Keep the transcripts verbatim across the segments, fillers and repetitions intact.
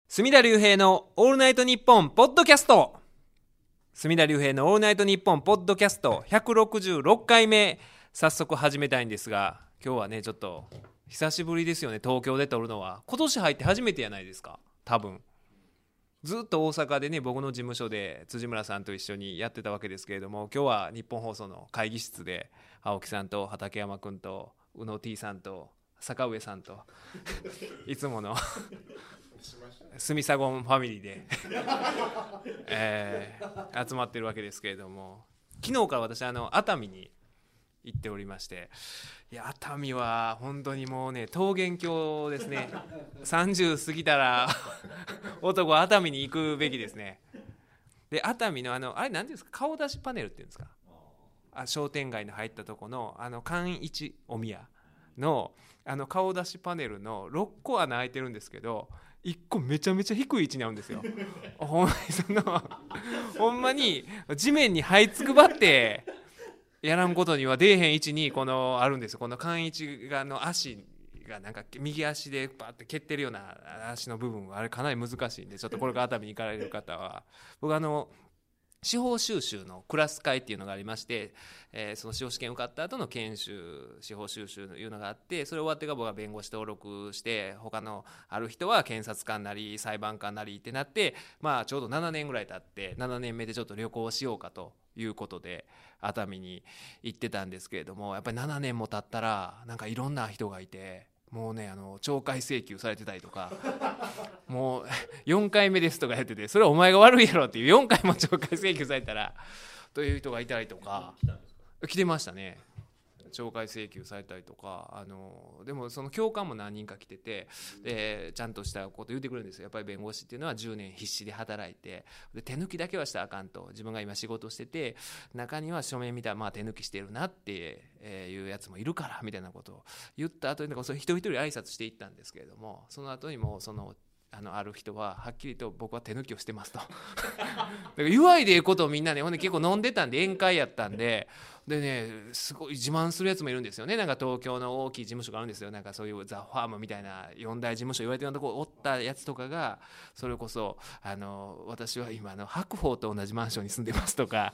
隅田隆平のオールナイトニッポンポッドキャスト。隅田隆平のオールナイトニッポンポッドキャストひゃくろくじゅうろっかいめ、早速始めたいんですが、今日はねちょっと久しぶりですよね。東京で撮るのは今年入って初めてやないですか。多分ずっと大阪でね、僕の事務所で辻村さんと一緒にやってたわけですけれども、今日は日本放送の会議室で青木さんと畠山君と宇野 T さんと坂上さんといつものスミサゴンファミリーで、えー、集まってるわけですけれども、昨日から私あの熱海に行っておりまして、いや熱海は本当にもうね桃源郷ですね。さんじゅう過ぎたら男は熱海に行くべきですね。で熱海のあのあれ何ですか、顔出しパネルっていうんですか、あ商店街の入ったとこのあの寛一お宮のあの顔出しパネルのろっこ穴開いてるんですけど、いっこめちゃめちゃ低い位置にあるんですよ。ほんまにそのほんまに地面に這いつくばってやらんことには出えへん位置にこのあるんですよ。この寛一がの足がなんか右足でバーって蹴ってるような足の部分はあれかなり難しいんで、ちょっとこれから熱海に行かれる方は、僕あの司法修習のクラス会っていうのがありまして、えー、その司法試験受かった後の研修、司法修習というのがあって、それ終わってから僕は弁護士登録して、他のある人は検察官なり裁判官なりってなって、まあちょうどななねんぐらい経って、ななねんめでちょっと旅行しようかということで熱海に行ってたんですけれども、やっぱりななねんも経ったらなんかいろんな人がいて、もうねあの懲戒請求されてたりとかもうよんかいめですとかやってて、それはお前が悪いやろっていう、よんかいも懲戒請求されたらという人がいたりとか、来てましたね。懲戒請求されたりとか、あのでもその教官も何人か来てて、でちゃんとしたこと言ってくるんですよ。やっぱり弁護士っていうのはじゅうねん必死で働いて、で手抜きだけはしたらあかんと、自分が今仕事してて中には書面見たらまあ手抜きしてるなっていうやつもいるからみたいなことを言った後に、なんかそれ一人一人挨拶していったんですけれども、その後にもうそのあのある人ははっきりと僕は手抜きをしてますとだから言わいでええことをみんなね、ほんで結構飲んでたんで宴会やったんで、でねすごい自慢するやつもいるんですよね。なんか東京の大きい事務所があるんですよ。なんかそういうザ・ファームみたいな四大事務所言われてるようなところおったやつとかが、それこそあの私は今の白鵬と同じマンションに住んでますとか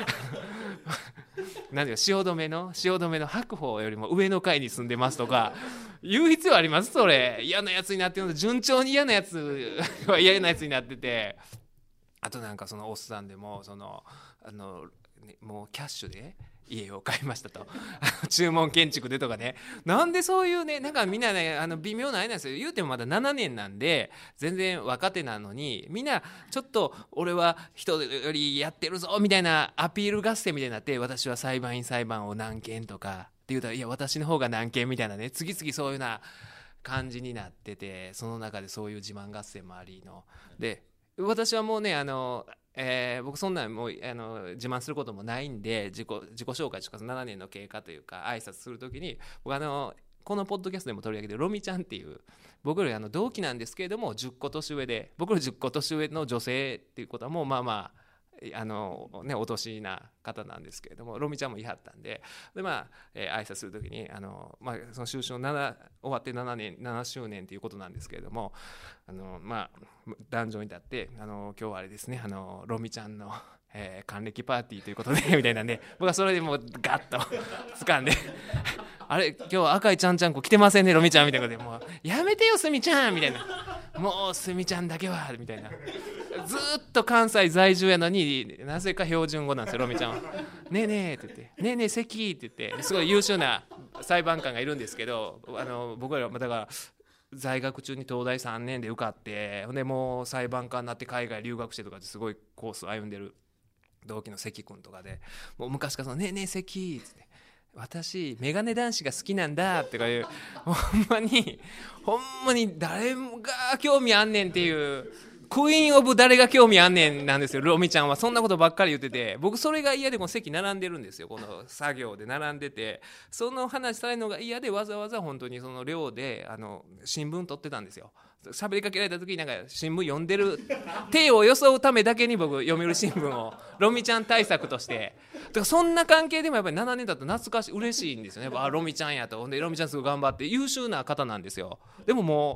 なんていうか汐留の汐留の白鵬よりも上の階に住んでますとか言う必要あります？それ嫌なやつになってるので、順調に嫌なやつは嫌なやつになってて、あとなんかそのおっさんでもそのあの、ね、もうキャッシュで家を買いましたと注文建築でとかね、なんでそういうね、なんかみんなねあの微妙なあれなんですよ。言うてもまだななねんなんで全然若手なのに、みんなちょっと俺は人よりやってるぞみたいなアピール合戦みたいになって、私は裁判員裁判を何件とかって言うたら、いや私の方が何件みたいなね、次々そういうな感じになってて、その中でそういう自慢合戦もありので、私はもうねあのえー、僕そんなもうあの自慢することもないんで、自己自己紹介とかななねんの経過というか挨拶するときに、僕あのこのポッドキャストでも取り上げてるロミちゃんっていう僕よりあの同期なんですけれどもじゅっこ年上で、僕よりじゅっこ年上の女性っていうことはもうまあまああのねお年な方なんですけれども、ロミちゃんもいはったんで、でまあ、えー、挨拶するときにあの、まあ、その修習の終わってななねんななしゅうねんということなんですけれども、あのまあ壇上に立ってあの今日はあれですね、あのロミちゃんの、えー、還暦パーティーということでみたいなんで、僕はそれでもうガッと掴んであれ今日は赤いちゃんちゃんこ来てませんねロミちゃんみたいなことで、もうやめてよスミちゃんみたいな、もうスミちゃんだけはみたいな、ずっと関西在住やのになぜか標準語なんですよロミちゃんは。ねえねえって言って、ねえねえ関って言って、すごい優秀な裁判官がいるんですけど、あの僕らはだから在学中に東大さんねんで受かって、ほんでもう裁判官になって海外留学してとかってすごいコースを歩んでる同期の関君とかで、もう昔からそのねえねえ関って私メガネ男子が好きなんだってかいう、ほんまにほんまに誰が興味あんねんっていうクイーンオブ誰が興味あんねんなんですよロミちゃんは。そんなことばっかり言ってて、僕それが嫌でこの席並んでるんですよ。この作業で並んでて、その話されるのが嫌でわざわざ本当にその寮であの新聞撮ってたんですよ。喋りかけられた時になんか新聞読んでる手を装うためだけに僕読売新聞をロミちゃん対策として、だからそんな関係でもやっぱりななねんだと懐かしい嬉しいんですよね。あロミちゃんやと。ほんでロミちゃんすごい頑張って優秀な方なんですよ。でももう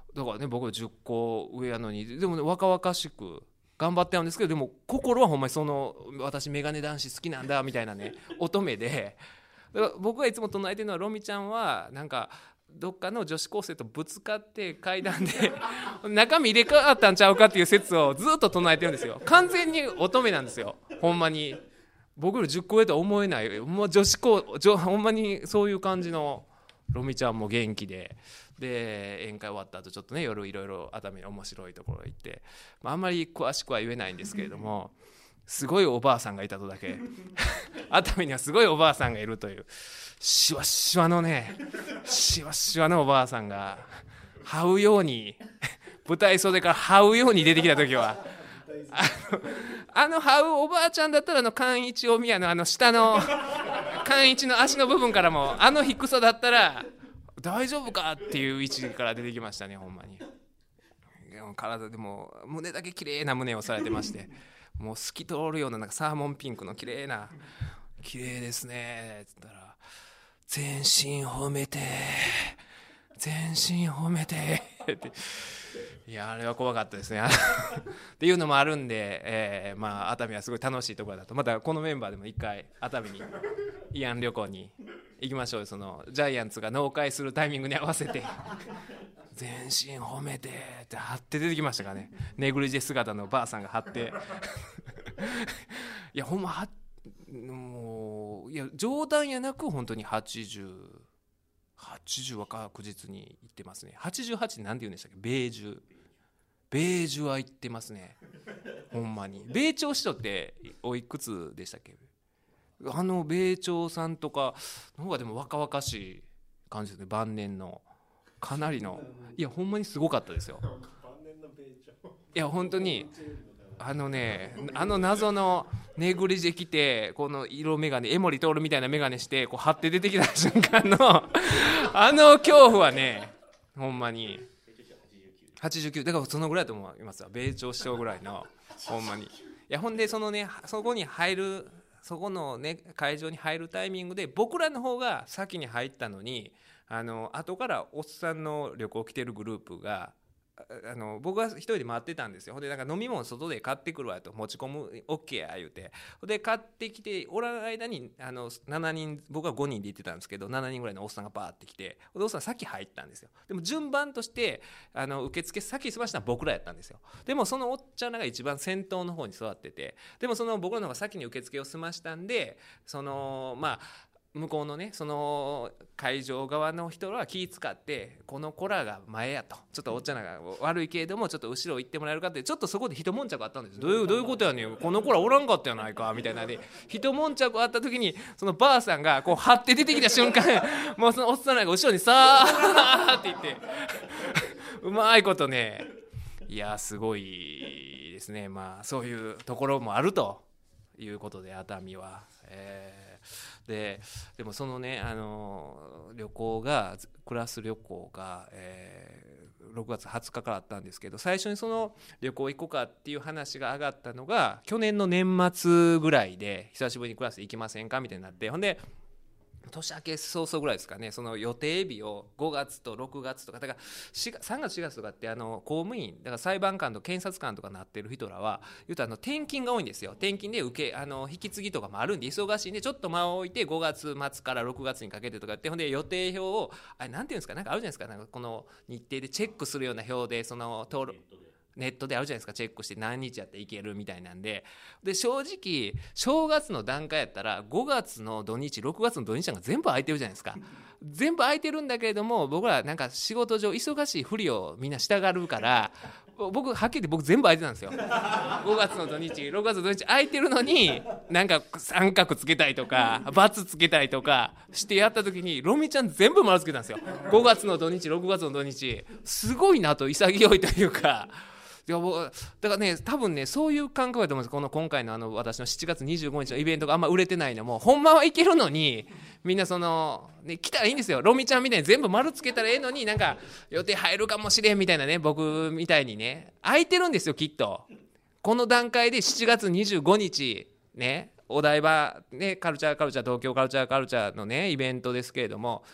だからね僕はじゅっこ上やのにでも、ね、若々しく頑張ってるんですけど、でも心はほんまにその私メガネ男子好きなんだみたいなね乙女で、僕がいつも唱えてるのはロミちゃんはなんかどっかの女子高生とぶつかって階段で中身入れ替わったんちゃうかっていう説をずっと唱えてるんですよ。完全に乙女なんですよほんまに。僕よりじゅっこ上とは思えない、もう女子高女ほんまにそういう感じのロミちゃんも元気で、で宴会終わった後ちょっとね夜いろいろ熱海の面白いところ行って、まあ、あんまり詳しくは言えないんですけれども、すごいおばあさんがいたとだけ熱海にはすごいおばあさんがいるというシワシワのねシワシワのおばあさんが這うように舞台袖から這うように出てきた時はあの這うおばあちゃんだったらあの寛一お宮のあの下の寛一の足の部分からもあの低さだったら大丈夫かっていう位置から出てきましたねほんまに。体でも胸だけ綺麗な胸をされてまして、もう透き通るようななんかサーモンピンクの綺麗な綺麗ですねっつったら全身褒めて全身褒めてっていやあれは怖かったですねっていうのもあるんで、えー、まあ熱海はすごい楽しいところだと、またこのメンバーでも一回熱海に慰安旅行に行きましょうよ。そのジャイアンツが納会するタイミングに合わせて全身褒めてって張って出てきましたからね、ネグリジェ姿のばあさんが張っていやほんまはもういや冗談やなく本当にはちじゅう、はちじゅうは確実にいってますね。はちじゅうはちって何て言うんでしたっけ、米寿米寿は言ってますねほんまに。米朝師匠っておいくつでしたっけ。あの米朝さんとかの方がでも若々しい感じですね。晩年のかなりのいやほんまにすごかったですよ。いや本当にあのねあの謎のネグリジェ着てこの色眼鏡江森徹みたいな眼鏡してこう張って出てきた瞬間のあの恐怖はねほんまにはちじゅうきゅうだからそのぐらいだと思いますよ。米朝師匠ぐらいのほんまに。いやほんでそのねそこに入るそこのね会場に入るタイミングで僕らの方が先に入ったのに、あの後からおっさんの旅行来てるグループがあの僕は一人で回ってたんですよ。ほんでなんか飲み物外で買ってくるわと持ち込む OK や言うて、ほんで買ってきておらん間にあのしちにん僕はごにんで行ってたんですけどしちにんぐらいのおっさんがバーって来て、ほんでおっさん先入ったんですよ。でも順番としてあの受付先済ましたのは僕らやったんですよ。でもそのおっちゃんらが一番先頭の方に座ってて、でもその僕らの方が先に受付を済ましたんでそのまあ向こうのねその会場側の人は気使ってこの子らが前やとちょっとおっちゃんが悪いけれどもちょっと後ろ行ってもらえるかってちょっとそこで一悶着あったんですよ。どういうどういうことやねんこの子らおらんかったやないかみたいなで一悶着あった時にそのばあさんがこう張って出てきた瞬間もうそのおっさんらが後ろにさーって言ってうまいことねいやすごいですね。まあそういうところもあるということで熱海は、えーで, でもそのねあの旅行がクラス旅行が、えー、ろくがつはつかからあったんですけど、最初にその旅行行こうかっていう話が上がったのが去年の年末ぐらいで久しぶりにクラス行きませんかみたいになって、ほんで年明け早々ぐらいですかね、その予定日をごがつとろくがつとかだからさんがつしがつとかってあの公務員だから裁判官と検察官とかなってる人らは言うとあの転勤が多いんですよ。転勤で受けあの引き継ぎとかもあるんで忙しいんでちょっと間を置いてごがつまつからろくがつにかけてとかってほんで予定表をあれなんていうんですかなんかあるじゃないですか、なんかこの日程でチェックするような表でその登録ネットであるじゃないですか、チェックして何日やっていけるみたいなんで、で正直正月の段階やったらごがつの土日ろくがつの土日なんか全部空いてるじゃないですか。全部空いてるんだけれども僕らなんか仕事上忙しいふりをみんなしたがるから僕はっきり言って僕全部空いてたんですよ。ごがつの土日ろくがつの土日空いてるのになんか三角つけたりとかバツつけたりとかしてやった時にロミちゃん全部丸つけたんですよ。ごがつの土日ろくがつの土日すごいなと、潔いというかいやだからね多分ねそういう感覚だと思うんです。この今回のあの私のしちがつにじゅうごにちのイベントがあんま売れてないのもほんまはいけるのにみんなその、ね、来たらいいんですよ。ロミちゃんみたいに全部丸つけたらええのになんか予定入るかもしれんみたいなね、僕みたいにね空いてるんですよきっと。この段階でしちがつにじゅうごにちねお台場ねカルチャーカルチャー東京カルチャーカルチャーのねイベントですけれども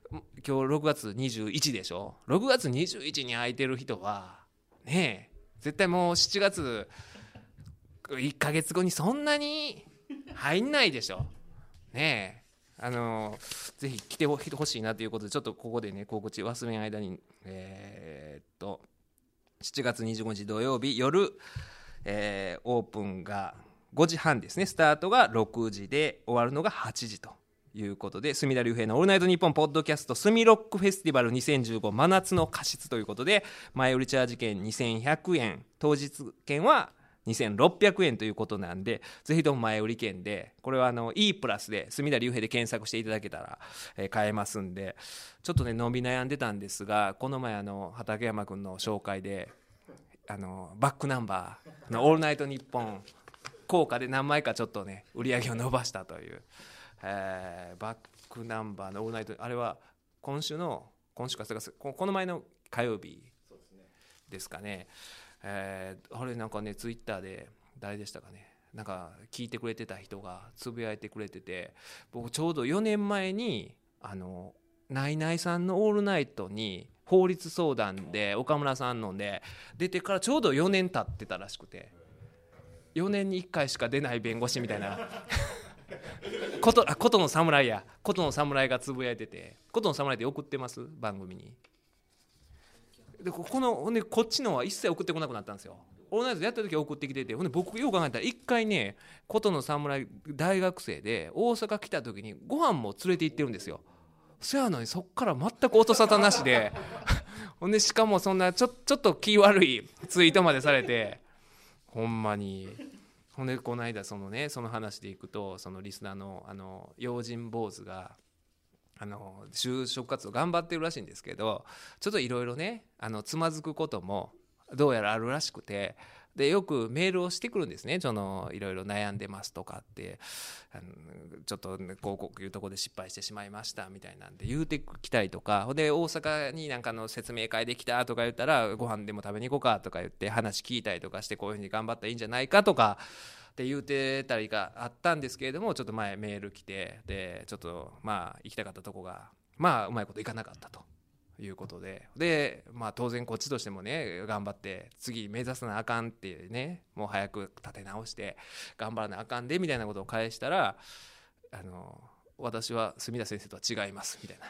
今日ろくがつにじゅういちでしょ。ろくがつにじゅういちに空いてる人はねえ絶対もうしちがついっかげつごにそんなに入んないでしょねえ。あのぜひ来てほしいなということでちょっとここでね告知忘れん間にえー、っとしちがつにじゅうごにち土曜日夜、えー、オープンがごじはんですね。スタートがろくじで終わるのがはちじということで、隅田隆平のオールナイトニッポンポッドキャストスミロックフェスティバルにせんじゅうご真夏の過失ということで、前売りチャージ券にせんひゃくえん、当日券はにせんろっぴゃくえんということなんで、ぜひとも前売り券で、これはあの E プラスで隅田隆平で検索していただけたら、えー、買えますんで、ちょっとね伸び悩んでたんですが、この前あの畠山君の紹介であのバックナンバーのオールナイトニッポン効果で何枚かちょっとね売り上げを伸ばしたという、えー、バックナンバーのオールナイト、あれは今週の今週かこの前の火曜日ですかね。えー、あれなんかねツイッターで誰でしたかね、なんか聞いてくれてた人がつぶやいてくれてて、僕ちょうどよねんまえにあのナイナイさんのオールナイトに法律相談で岡村さんので出てからちょうどよねん経ってたらしくて、よねんにいっかいしか出ない弁護士みたいなことあことの侍やことの侍がつぶやいてて、ことの侍で送ってます番組に。でここのほんでこっちのは一切送ってこなくなったんですよ。オールナイトやった時は送ってきてて、ほんで僕よく考えたら一回ねことの侍大学生で大阪来た時にご飯も連れて行ってるんですよ。そやのにそっから全く音沙汰なしでほんでしかもそんなちょ、ちょっと気悪いツイートまでされて、ほんまに。ほんでこの間そのねその話でいくと、そのリスナーのあの用心坊主があの就職活動頑張ってるらしいんですけど、ちょっといろいろねあのつまずくこともどうやらあるらしくて、でよくメールをしてくるんですね。そのいろいろ悩んでますとかって、あのちょっとこうこういうとこで失敗してしまいましたみたいなんで言うてきたりとか、で大阪になんかの説明会できたとか言ったらご飯でも食べに行こうかとか言って話聞いたりとかして、こういうふうに頑張ったらいいんじゃないかとかって言うてたりがあったんですけれども、ちょっと前メール来て、でちょっとまあ行きたかったとこがまあうまいこといかなかったということで、でまあ当然こっちとしてもね頑張って次目指さなあかんってね、もう早く立て直して頑張らなあかんでみたいなことを返したら、あの私は墨田先生とは違いますみたいな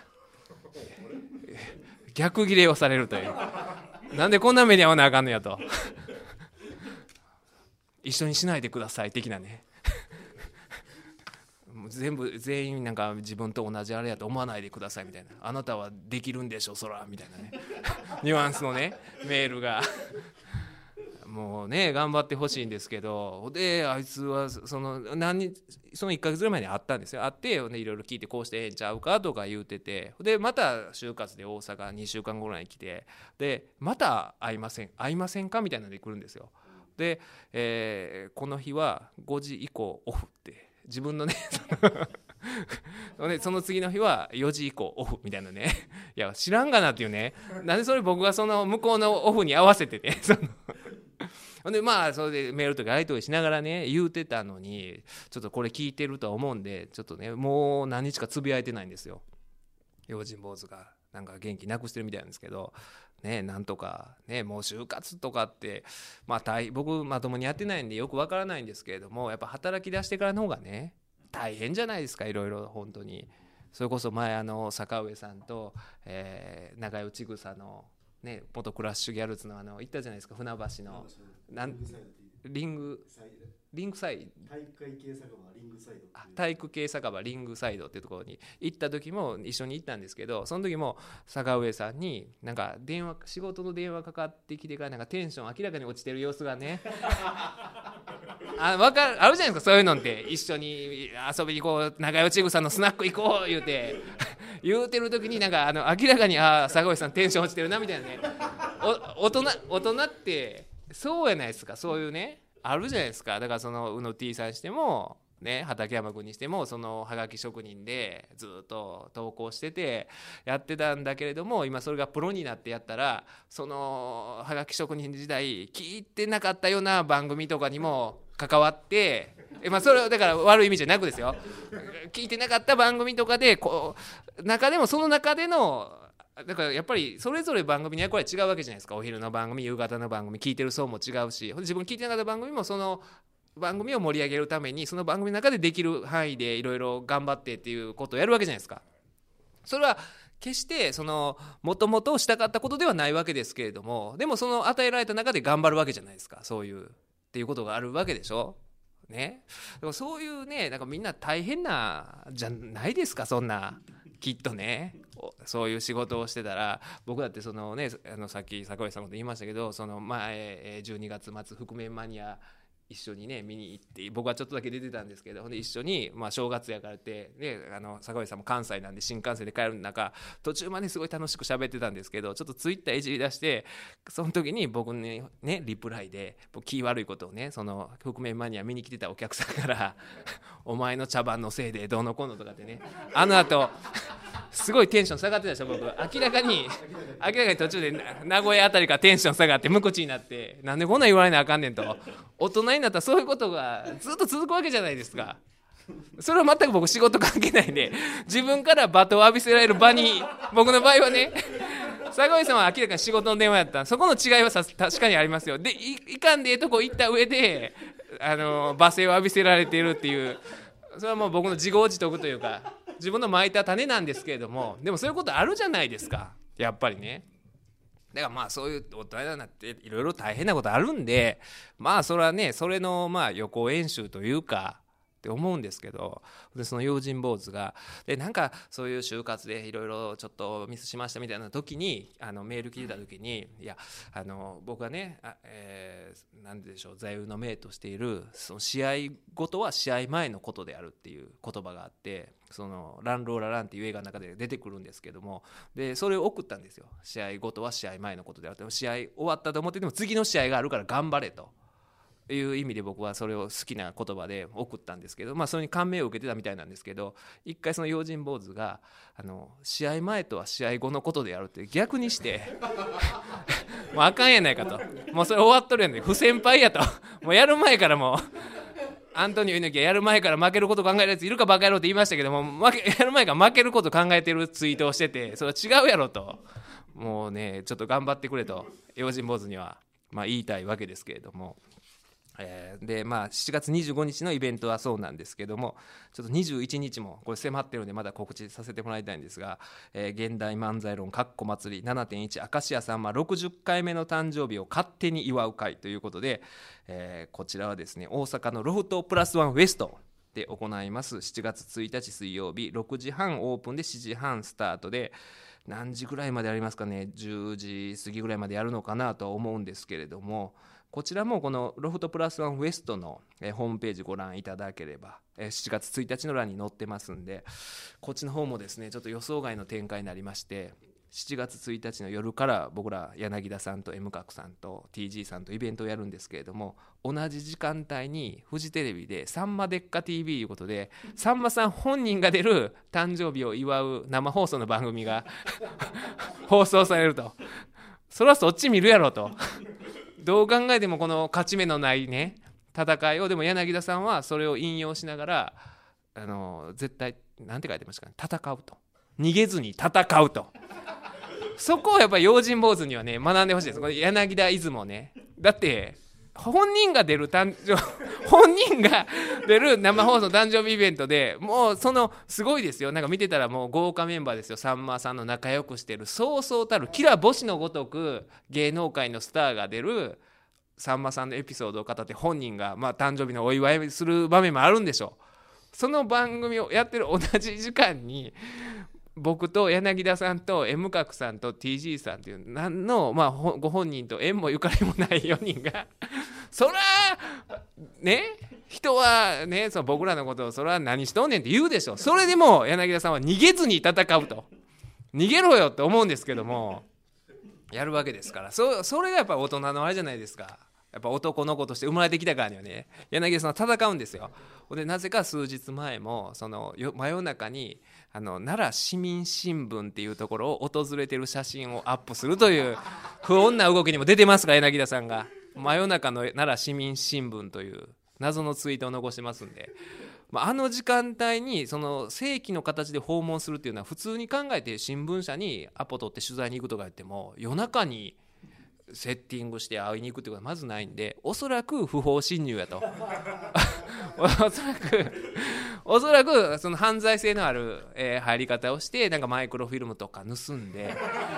逆ギレをされるという、なんでこんな目に遭わなあかんのやと一緒にしないでください的なね全部全員なんか自分と同じあれやと思わないでくださいみたいな、あなたはできるんでしょそらみたいなねニュアンスのねメールがもうね頑張ってほしいんですけど、であいつはその何そのいっかげつぐらい前に会ったんですよ。会っていろいろ聞いてこうしてええんちゃうかとか言うてて、でまた就活で大阪にしゅうかんごぐらいに来て、でまた会いません会いませんかみたいなので来るんですよ。で、えー、この日はごじ以降オフって自分のねその次の日はよじ以降オフみたいなね、いや知らんがなっていうね、なんでそれ僕がその向こうのオフに合わせてねそのでまあそれでメールとかやり取りしながらね言うてたのに、ちょっとこれ聞いてるとは思うんでちょっとねもう何日かつぶやいてないんですよ。用心坊主がなんか元気なくしてるみたいなんですけどね、なんとかねもう就活とかってまあ大僕まともにやってないんでよくわからないんですけれども、やっぱ働き出してからの方がね大変じゃないですか、いろいろ本当に。それこそ前あの坂上さんと、えー、長与千草のね元クラッシュギャルズのあの行ったじゃないですか、船橋のなんリングリングサイド体育系酒場リングサイドあ体育系酒場リングサイドっていうところに行った時も一緒に行ったんですけど、その時も坂上さんになんか電話仕事の電話かかってきてからなんかテンション明らかに落ちてる様子がねあ分かるあるじゃないですか、そういうのって一緒に遊びに行こう長与千草のスナック行こう言うて言うてる時になんかあの明らかにあ坂上さんテンション落ちてるなみたいなね、お大人大人ってそうやないですか、そういうねあるじゃないですか。だからその宇野 T さんしてもね畠山君にしてもそのハガキ職人でずっと投稿しててやってたんだけれども、今それがプロになってやったらそのハガキ職人時代聞いてなかったような番組とかにも関わってまあそれはだから悪い意味じゃなくですよ。聞いてなかった番組とかでこう中でもその中でのだからやっぱりそれぞれ番組の役割違うわけじゃないですか。お昼の番組、夕方の番組、聞いてる層も違うし、自分聞いてなかった番組もその番組を盛り上げるためにその番組の中でできる範囲でいろいろ頑張ってっていうことをやるわけじゃないですか。それは決してそのもともとしたかったことではないわけですけれども、でもその与えられた中で頑張るわけじゃないですか。そういうっていうことがあるわけでしょね。でもそういうね、なんかみんな大変なじゃないですか。そんなきっとね、そういう仕事をしてたら、僕だってそのね、あのさっき坂上さんのこと言いましたけど、その前じゅうにがつ末覆面マニア一緒にね見に行って、僕はちょっとだけ出てたんですけど、ほんで一緒に、まあ、正月やからって、ね、あの坂上さんも関西なんで新幹線で帰る中途中まですごい楽しく喋ってたんですけど、ちょっとツイッターいじり出して、その時に僕にねリプライで気悪いことをね、その覆面マニア見に来てたお客さんからお前の茶番のせいでどうのこうのとかってね、あの後すごいテンション下がってたでしょ。僕明らかに明らかに途中で名古屋あたりからテンション下がって無口になって、なんでこんなん言われなあかんねんと。大人になったらそういうことがずっと続くわけじゃないですか。それは全く僕仕事関係ないんで、自分から罵倒を浴びせられる場に、僕の場合はね、坂上さんは明らかに仕事の電話やった。そこの違いはさ確かにありますよ。で い, いかんでええとこ行った上であの罵声を浴びせられているっていう、それはもう僕の自業自得というか自分の蒔いた種なんですけれども、でもそういうことあるじゃないですか、やっぱりね。だからまあそういう大人になっていろいろ大変なことあるんで、まあそれはね、それのまあ予行演習というかって思うんですけど、でその用心坊主がでなんかそういう就活でいろいろちょっとミスしましたみたいな時にあのメール聞いた時に、いやあの僕はねあ、えー、なんでしょう、座右の銘としているその試合ごとは試合前のことであるっていう言葉があって、そのランローラランっていう映画の中で出てくるんですけども、でそれを送ったんですよ。試合ごとは試合前のことであるって、試合終わったと思ってても次の試合があるから頑張れという意味で僕はそれを好きな言葉で送ったんですけど、まあそれに感銘を受けてたみたいなんですけど、一回その用心坊主があの試合前とは試合後のことでやるって逆にしてもうあかんやないかと、もうそれ終わっとるやんね、不先輩やと、もうやる前からもうアントニオ猪木はやる前から負けること考えるやついるかバカ野郎って言いましたけども、負けやる前から負けること考えてるツイートをしてて、それは違うやろと、もうねちょっと頑張ってくれと用心坊主にはまあ言いたいわけですけれども、えー、でまあしちがつにじゅうごにちのイベントはそうなんですけども、ちょっとにじゅういちにちもこれ迫ってるんでまだ告知させてもらいたいんですが、えー、現代漫才論かっこ祭り ななてんいち 明石家さんまろくじゅっかいめの誕生日を勝手に祝う会ということで、えー、こちらはですね大阪のロフトプラスワンウエストで行います。しちがつついたち水曜日ろくじはんオープンでしちじはんスタートで、何時ぐらいまでやりますかね、じゅうじ過ぎぐらいまでやるのかなとは思うんですけれども、こちらもこのロフトプラスワンウエストのホームページご覧いただければしちがつついたちの欄に載ってますんで、こっちの方もですねちょっと予想外の展開になりまして、しちがつついたちの夜から僕ら柳田さんと M 角さんと ティージー さんとイベントをやるんですけれども、同じ時間帯にフジテレビでさんまでっか ティーブイ ということで、さんまさん本人が出る誕生日を祝う生放送の番組が放送されると、それはそっち見るやろとどう考えてもこの勝ち目のないね戦いを、でも柳田さんはそれを引用しながらあの絶対なんて書いてましたかね、戦うと、逃げずに戦うと、そこをやっぱり用心坊主にはね学んでほしいです。これ柳田イズムをね、だって本人が出る誕生本人が出る生放送誕生日イベントでもうそのすごいですよ、なんか見てたらもう豪華メンバーですよ。さんまさんの仲良くしてるそうそうたるキラ星のごとく芸能界のスターが出るさんまさんのエピソードを語って本人がまあ誕生日のお祝いする場面もあるんでしょう。その番組をやってる同じ時間に僕と柳田さんと M 角さんと ティージー さんっていう何の、まあ、ご本人と縁もゆかりもないよにんがそらね人はねその僕らのことをそら何しとんねんって言うでしょ。それでも柳田さんは逃げずに戦うと、逃げろよって思うんですけどもやるわけですから、 そ, それがやっぱり大人のあれじゃないですか。やっぱ男の子として生まれてきたからにはね柳田さんは戦うんですよ。でなぜか数日前もその真夜中にあの奈良市民新聞っていうところを訪れてる写真をアップするという不穏な動きにも出てますから、柳田さんが真夜中の奈良市民新聞という謎のツイートを残してますんで、まあ、あの時間帯にその正規の形で訪問するっていうのは普通に考えて新聞社にアポ取って取材に行くとか言っても夜中にセッティングして会いに行くってことはまずないんで、おそらく不法侵入やとおそらくおそらくその犯罪性のある、えー、入り方をしてなんかマイクロフィルムとか盗んで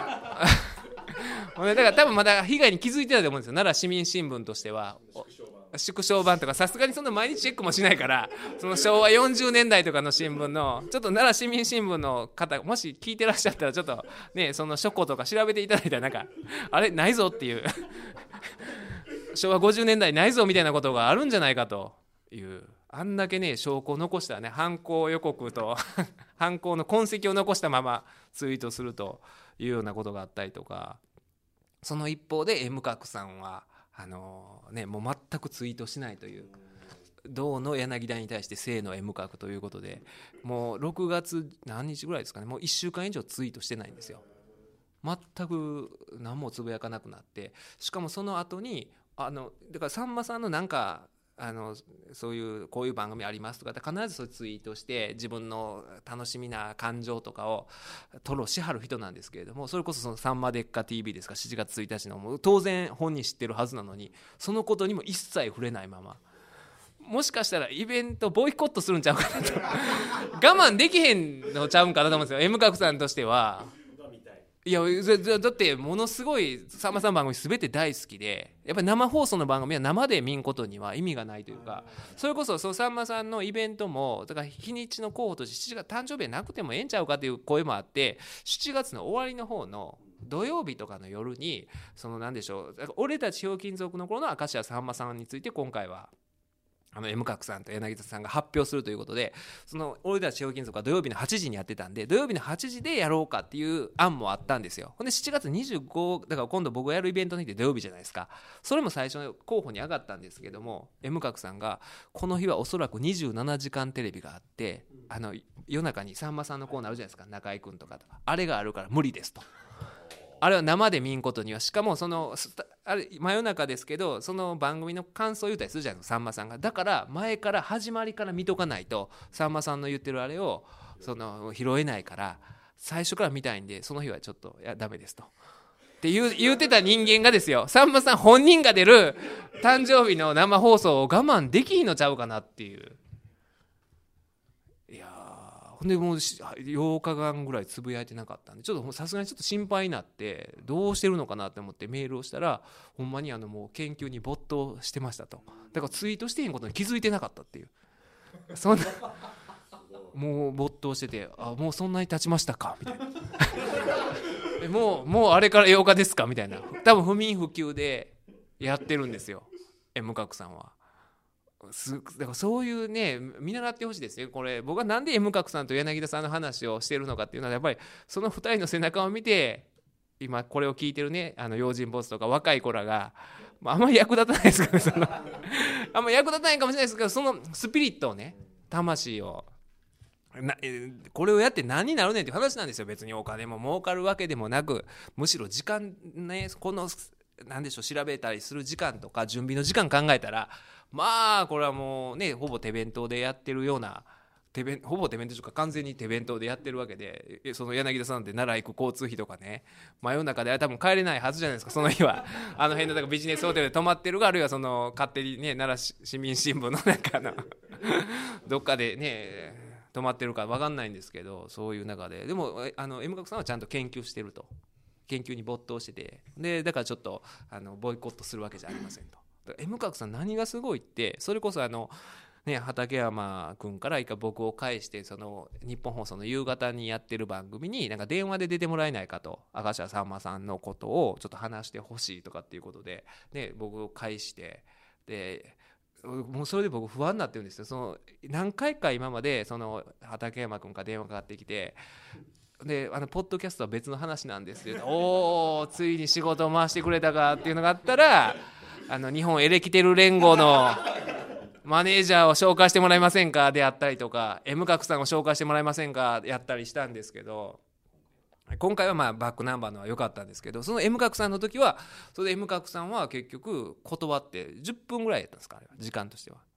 だから多分まだ被害に気づいてたと思うんですよ、奈良市民新聞としては。縮小版とかさすがにそんな毎日チェックもしないから、そのしょうわよんじゅうねんだいとかの新聞のちょっと奈良市民新聞の方もし聞いてらっしゃったらちょっとねその書庫とか調べていただいたらなんかあれないぞっていうしょうわごじゅうねんだいないぞみたいなことがあるんじゃないかという、あんだけね証拠を残したね犯行予告と犯行の痕跡を残したままツイートするというようなことがあったりとか、その一方で M 角さんはあのーね、もう全くツイートしないという、同の柳田に対して正の M 角ということで、もうろくがつ何日ぐらいですかね、もういっしゅうかん以上ツイートしてないんですよ。全く何もつぶやかなくなって、しかもその後にあのだからさんまさんのなんかあのそういうこういう番組ありますとかって必ずそういうツイートして自分の楽しみな感情とかを吐露しはる人なんですけれども、それこそそのさんまでっか ティーブイ ですかしちがつついたちのもう当然本人知ってるはずなのにそのことにも一切触れないまま、もしかしたらイベントボイコットするんちゃうかなと我慢できへんのちゃうんかなと思うんですよ M 角さんとしては。いやだってものすごいさんまさん番組全て大好きで、やっぱり生放送の番組は生で見んことには意味がないというか、それこそそうさんまさんのイベントもだから日にちの候補としてしちがつ誕生日なくてもええんちゃうかという声もあって、しちがつの終わりの方の土曜日とかの夜にその何でしょう、俺たちひょうきん族の頃の明石家さんまさんについて今回はあの M 角さんと柳田さんが発表するということで、その俺たちひょうきん族は土曜日のはちじにやってたんで土曜日のはちじでやろうかっていう案もあったんですよ。ほんでしちがつにじゅうごだから今度僕がやるイベントの日って土曜日じゃないですか。それも最初の候補に上がったんですけども M 角さんがこの日はおそらくにじゅうななじかんテレビがあってあの夜中にさんまさんのコーナーあるじゃないですか、中居君とかとあれがあるから無理ですと。あれは生で見んことには、しかもそのあれ真夜中ですけどその番組の感想を言うたりするじゃないですかさんまさんが。だから前から始まりから見とかないとさんまさんの言ってるあれをその拾えないから最初から見たいんでその日はちょっといやダメですとって言う、言うてた人間がですよ、さんまさん本人が出る誕生日の生放送を我慢できひんのちゃうかなっていう。いやでもうようかかんぐらいつぶやいてなかったんでちょっとさすがにちょっと心配になってどうしてるのかなって思ってメールをしたらほんまにあのもう研究に没頭してましたと。だからツイートしてへんことに気づいてなかったっていうそんなもう没頭しててあもうそんなに経ちましたかみたいなもうもうあれからようかですかみたいな、多分不眠不休でやってるんですよ M 角さんは。すだからそういうね見習ってほしいですね。これ僕はなんで M 角さんと柳田さんの話をしているのかっていうのはやっぱりそのふたりの背中を見て今これを聞いてるねあの用心ボスとか若い子らが、まあ、あんまり役立たないですからねそのあんまり役立たないかもしれないですけどそのスピリットをね魂をなこれをやって何になるねんっていう話なんですよ。別にお金も儲かるわけでもなくむしろ時間ねこの何でしょう調べたりする時間とか準備の時間考えたらまあこれはもうねほぼ手弁当でやってるような手弁ほぼ手弁当とか完全に手弁当でやってるわけで、その柳田さんって奈良行く交通費とかね真夜中で多分帰れないはずじゃないですかその日はあの辺のだからビジネスホテルで泊まってるかあるいはその勝手にね奈良市民新聞の中のどっかでね泊まってるか分かんないんですけど、そういう中ででもあの M 角さんはちゃんと研究してると、研究に没頭しててでだからちょっとあのボイコットするわけじゃありませんと。M 角さん何がすごいってそれこそあのね畠山君から一回僕を介してその日本放送の夕方にやってる番組になんか電話で出てもらえないかと明石家さんまさんのことをちょっと話してほしいとかっていうことで、ね、僕を介してでもうそれで僕不安になってるんですよ。その何回か今までその畠山君から電話かかってきてであのポッドキャストは別の話なんですよおーついに仕事を回してくれたかっていうのがあったらあの日本エレキテル連合のマネージャーを紹介してもらえませんかであったりとか M 角さんを紹介してもらえませんかやったりしたんですけど、今回はまあバックナンバーのは良かったんですけどその M 角さんの時はそれで M 角さんは結局断ってじゅっぷんぐらいやったんですかあれは時間としては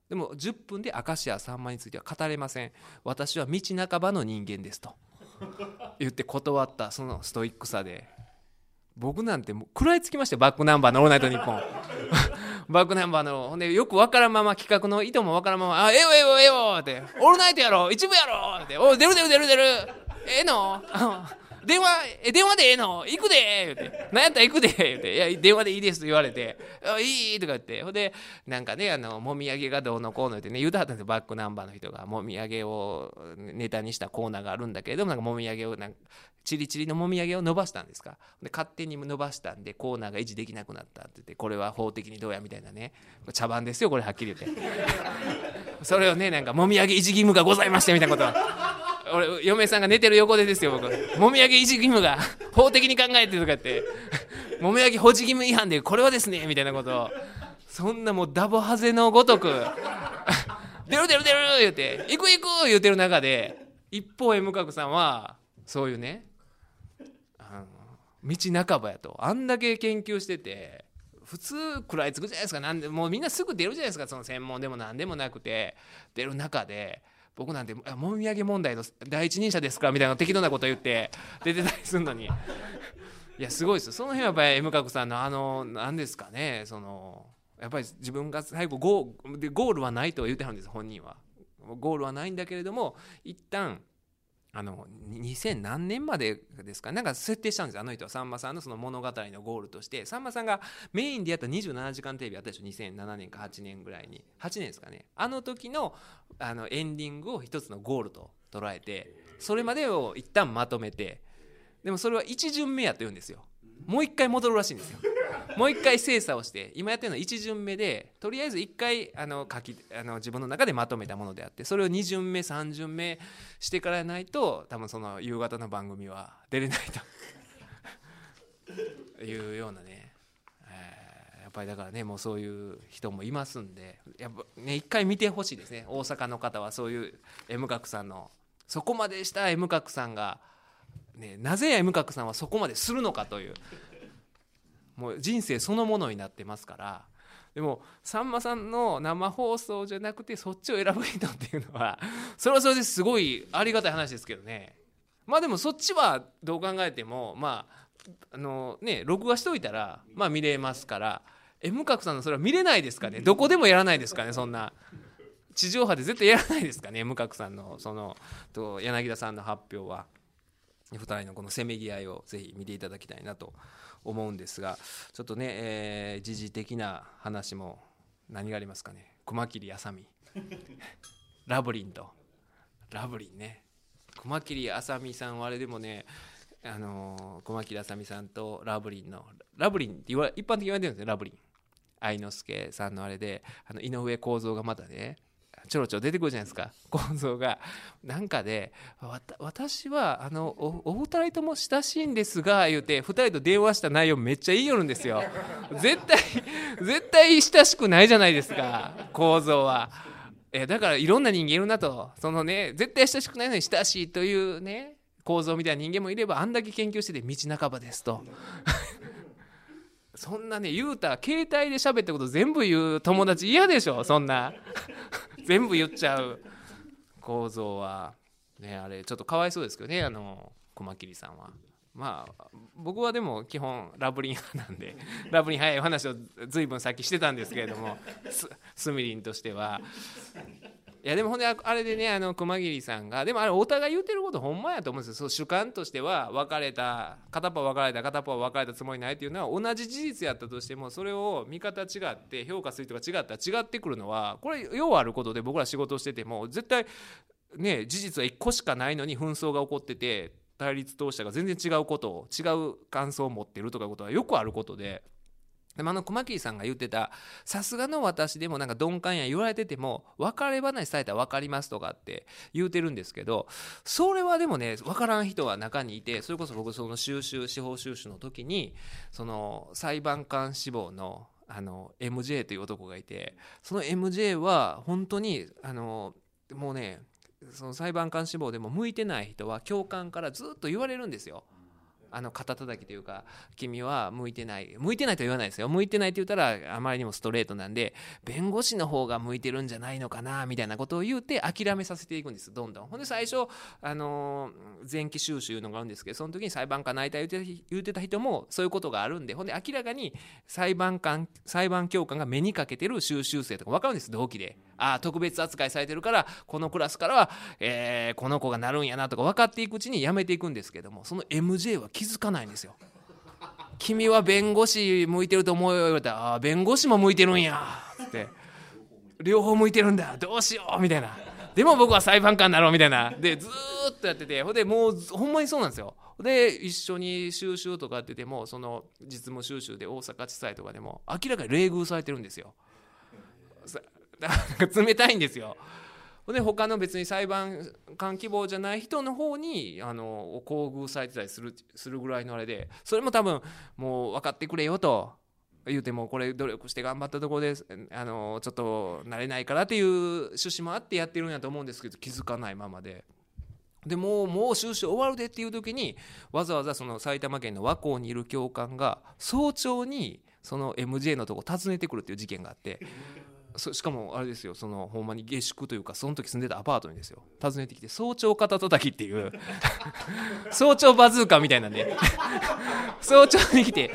でもじゅっぷんで明石家さんまについては語れません。私は道半ばの人間ですと言って断った、そのストイックさで僕なんてもう食らいつきましたよ。バックナンバーのオールナイトニッポンバックナンバーのほんでよくわからんまま、企画の意図もわからんまま、あええよええよええよってオールナイトやろ一部やろって、お出る出る出る出るええの電話え電話でええの行くで言うて、何やったら行くで言うて、いや電話でいいですと言われて、あいいとか言って、ほんでなんかね、あのもみあげがどうのこうの言ってね言うたはったんですよ。バックナンバーの人がもみあげをネタにしたコーナーがあるんだけれども、なんかもみあげをなんかチリチリのもみあげを伸ばしたんですか。で勝手に伸ばしたんでコーナーが維持できなくなったって言って、これは法的にどうやみたいなね、茶番ですよこれはっきり言ってそれをねなんかもみあげ維持義務がございましたみたいなこと俺嫁さんが寝てる横でですよ、僕もみあげ維持義務が法的に考えてとか言ってもみあげ保持義務違反でこれはですねみたいなことを、そんなもうダボハゼのごとく出る出る出る言うて行く行く言うてる中で、一方 M 角さんはそういうねあの道半ばやと、あんだけ研究してて普通食らいつくじゃないですか。なんでもうみんなすぐ出るじゃないですか、その専門でも何でもなくて出る中で、僕なんてもみあげ問題の第一人者ですかみたいな適当なこと言って出てたりするのにいやすごいですよ。その辺はやっぱり M 角さんのあの何ですかね、そのやっぱり自分が最後ゴーでゴールはないと言ってはるんです、本人は。ゴールはないんだけれども、一旦あのにせん何年までですか、なんか設定したんですよ、あの人は。さんまさんのその物語のゴールとして、さんまさんがメインでやったにじゅうななじかんテレビあったでしょ、にせんななねんかはちねんぐらいに、はちねんですかね。あの時のあのエンディングを一つのゴールと捉えて、それまでを一旦まとめて、でもそれは一巡目やと言うんですよ。もう一回戻るらしいんですよ。もう一回精査をして、今やってるのは一巡目で、とりあえず一回あの書きあの自分の中でまとめたものであって、それをに巡目さん巡目してからないと多分その夕方の番組は出れないというようなね、えー、やっぱりだからね、もうそういう人もいますんで、やっぱね一回見てほしいですね。大阪の方はそういう M 角さんのそこまでした M 角さんが、ね、なぜ M 角さんはそこまでするのかという、もう人生そのものになってますから。でもさんまさんの生放送じゃなくてそっちを選ぶ人っていうのは、それはそれですごいありがたい話ですけどね。まあでもそっちはどう考えてもまああのね録画しといたらまあ見れますから、 M 角さんのそれは見れないですかね。どこでもやらないですかね、そんな地上波で絶対やらないですかね、 M 角さんのそのと柳田さんの発表は。ふたりのこのせめぎ合いをぜひ見ていただきたいなと思うんですが、ちょっとね、えー、時事的な話も何がありますかね。熊切あさみラブリンとラブリンね、熊切あさみさんはあれでもね、あのー、熊切あさみさんとラブリンのラブリンって言わ一般的に言われてるんですよ、ラブリン愛之助さんのあれで、あの井上公造がまたねちょろちょろ出てくるじゃないですか。構造がなんかで、わた私はあの お, お二人とも親しいんですが言うてふたりと電話した内容めっちゃ言いよるんですよ。絶対絶対親しくないじゃないですか、構造は。えだからいろんな人間いるなと、そのね絶対親しくないのに親しいというね構造みたいな人間もいれば、あんだけ研究してて道半ばですとそんなね言うたら携帯で喋ったこと全部言う友達嫌でしょ、そんな全部言っちゃう構造はね、あれちょっとかわいそうですけどね、あの熊切さんは。まあ僕はでも基本ラブリン派なんでラブリン早い話を随分さっきしてたんですけれども、すすみりんとしては。いやでもほんであれでね、あの熊切さんがでもあれお互い言ってることほんまやと思うんですよ。そう主観としては別れた片っぽは別れた片っぽは別れたつもりないっていうのは同じ事実やったとしても、それを見方違って評価する人が違ったら違ってくるのはこれようあることで、僕ら仕事をしてても絶対ね事実はいっこしかないのに紛争が起こってて対立当事者が全然違うことを違う感想を持ってるとかいうことはよくあることで。でもあの熊切さんが言ってたさすがの私でもなんか鈍感や言われてても別れ話されたら分かりますとかって言うてるんですけど、それはでもね分からん人は中にいて、それこそ僕その収集司法収集の時にその裁判官志望のあの エムジェー という男がいて、その エムジェー は本当にあのもうねその裁判官志望でも向いてない人は教官からずっと言われるんですよ。 あの肩叩きというか、君は向いてない向いてないとは言わないですよ。向いてないと言ったらあまりにもストレートなんで、弁護士の方が向いてるんじゃないのかなみたいなことを言うて諦めさせていくんです、どんどん。ほんで最初あの前期修習いうのがあるんですけど、その時に裁判官になりたい言うて言うてた人もそういうことがあるんで、ほんで明らかに裁判官裁判教官が目にかけてる修習生とか分かるんです、同期で。ああ特別扱いされてるからこのクラスからは、えー、この子がなるんやなとか分かっていくうちに辞めていくんですけども、その エムジェー は気づかないんですよ。君は弁護士向いてると思うよ言われたら、ああ弁護士も向いてるんやって両方向いてるんだどうしようみたいな、でも僕は裁判官になろうみたいなでずーっとやってて、ほんでもうほんまにそうなんですよ。で一緒に収集とかやってても、その実務収集で大阪地裁とかでも明らかに冷遇されてるんですよ。だから冷たいんですよ。で他の別に裁判官希望じゃない人の方にあの厚遇されてたりするするぐらいのあれで、それも多分もう分かってくれよと言うても、これ努力して頑張ったところであのちょっと慣れないからっていう趣旨もあってやってるんやと思うんですけど、気づかないままで。でもうもう収集終わるでっていう時に、わざわざその埼玉県の和光にいる教官が早朝にその エムジェー のとこ訪ねてくるっていう事件があって、しかもあれですよ、そのほんまに下宿というかその時住んでたアパートにですよ訪ねてきて、早朝肩叩きっていう早朝バズーカみたいなんで早朝に来て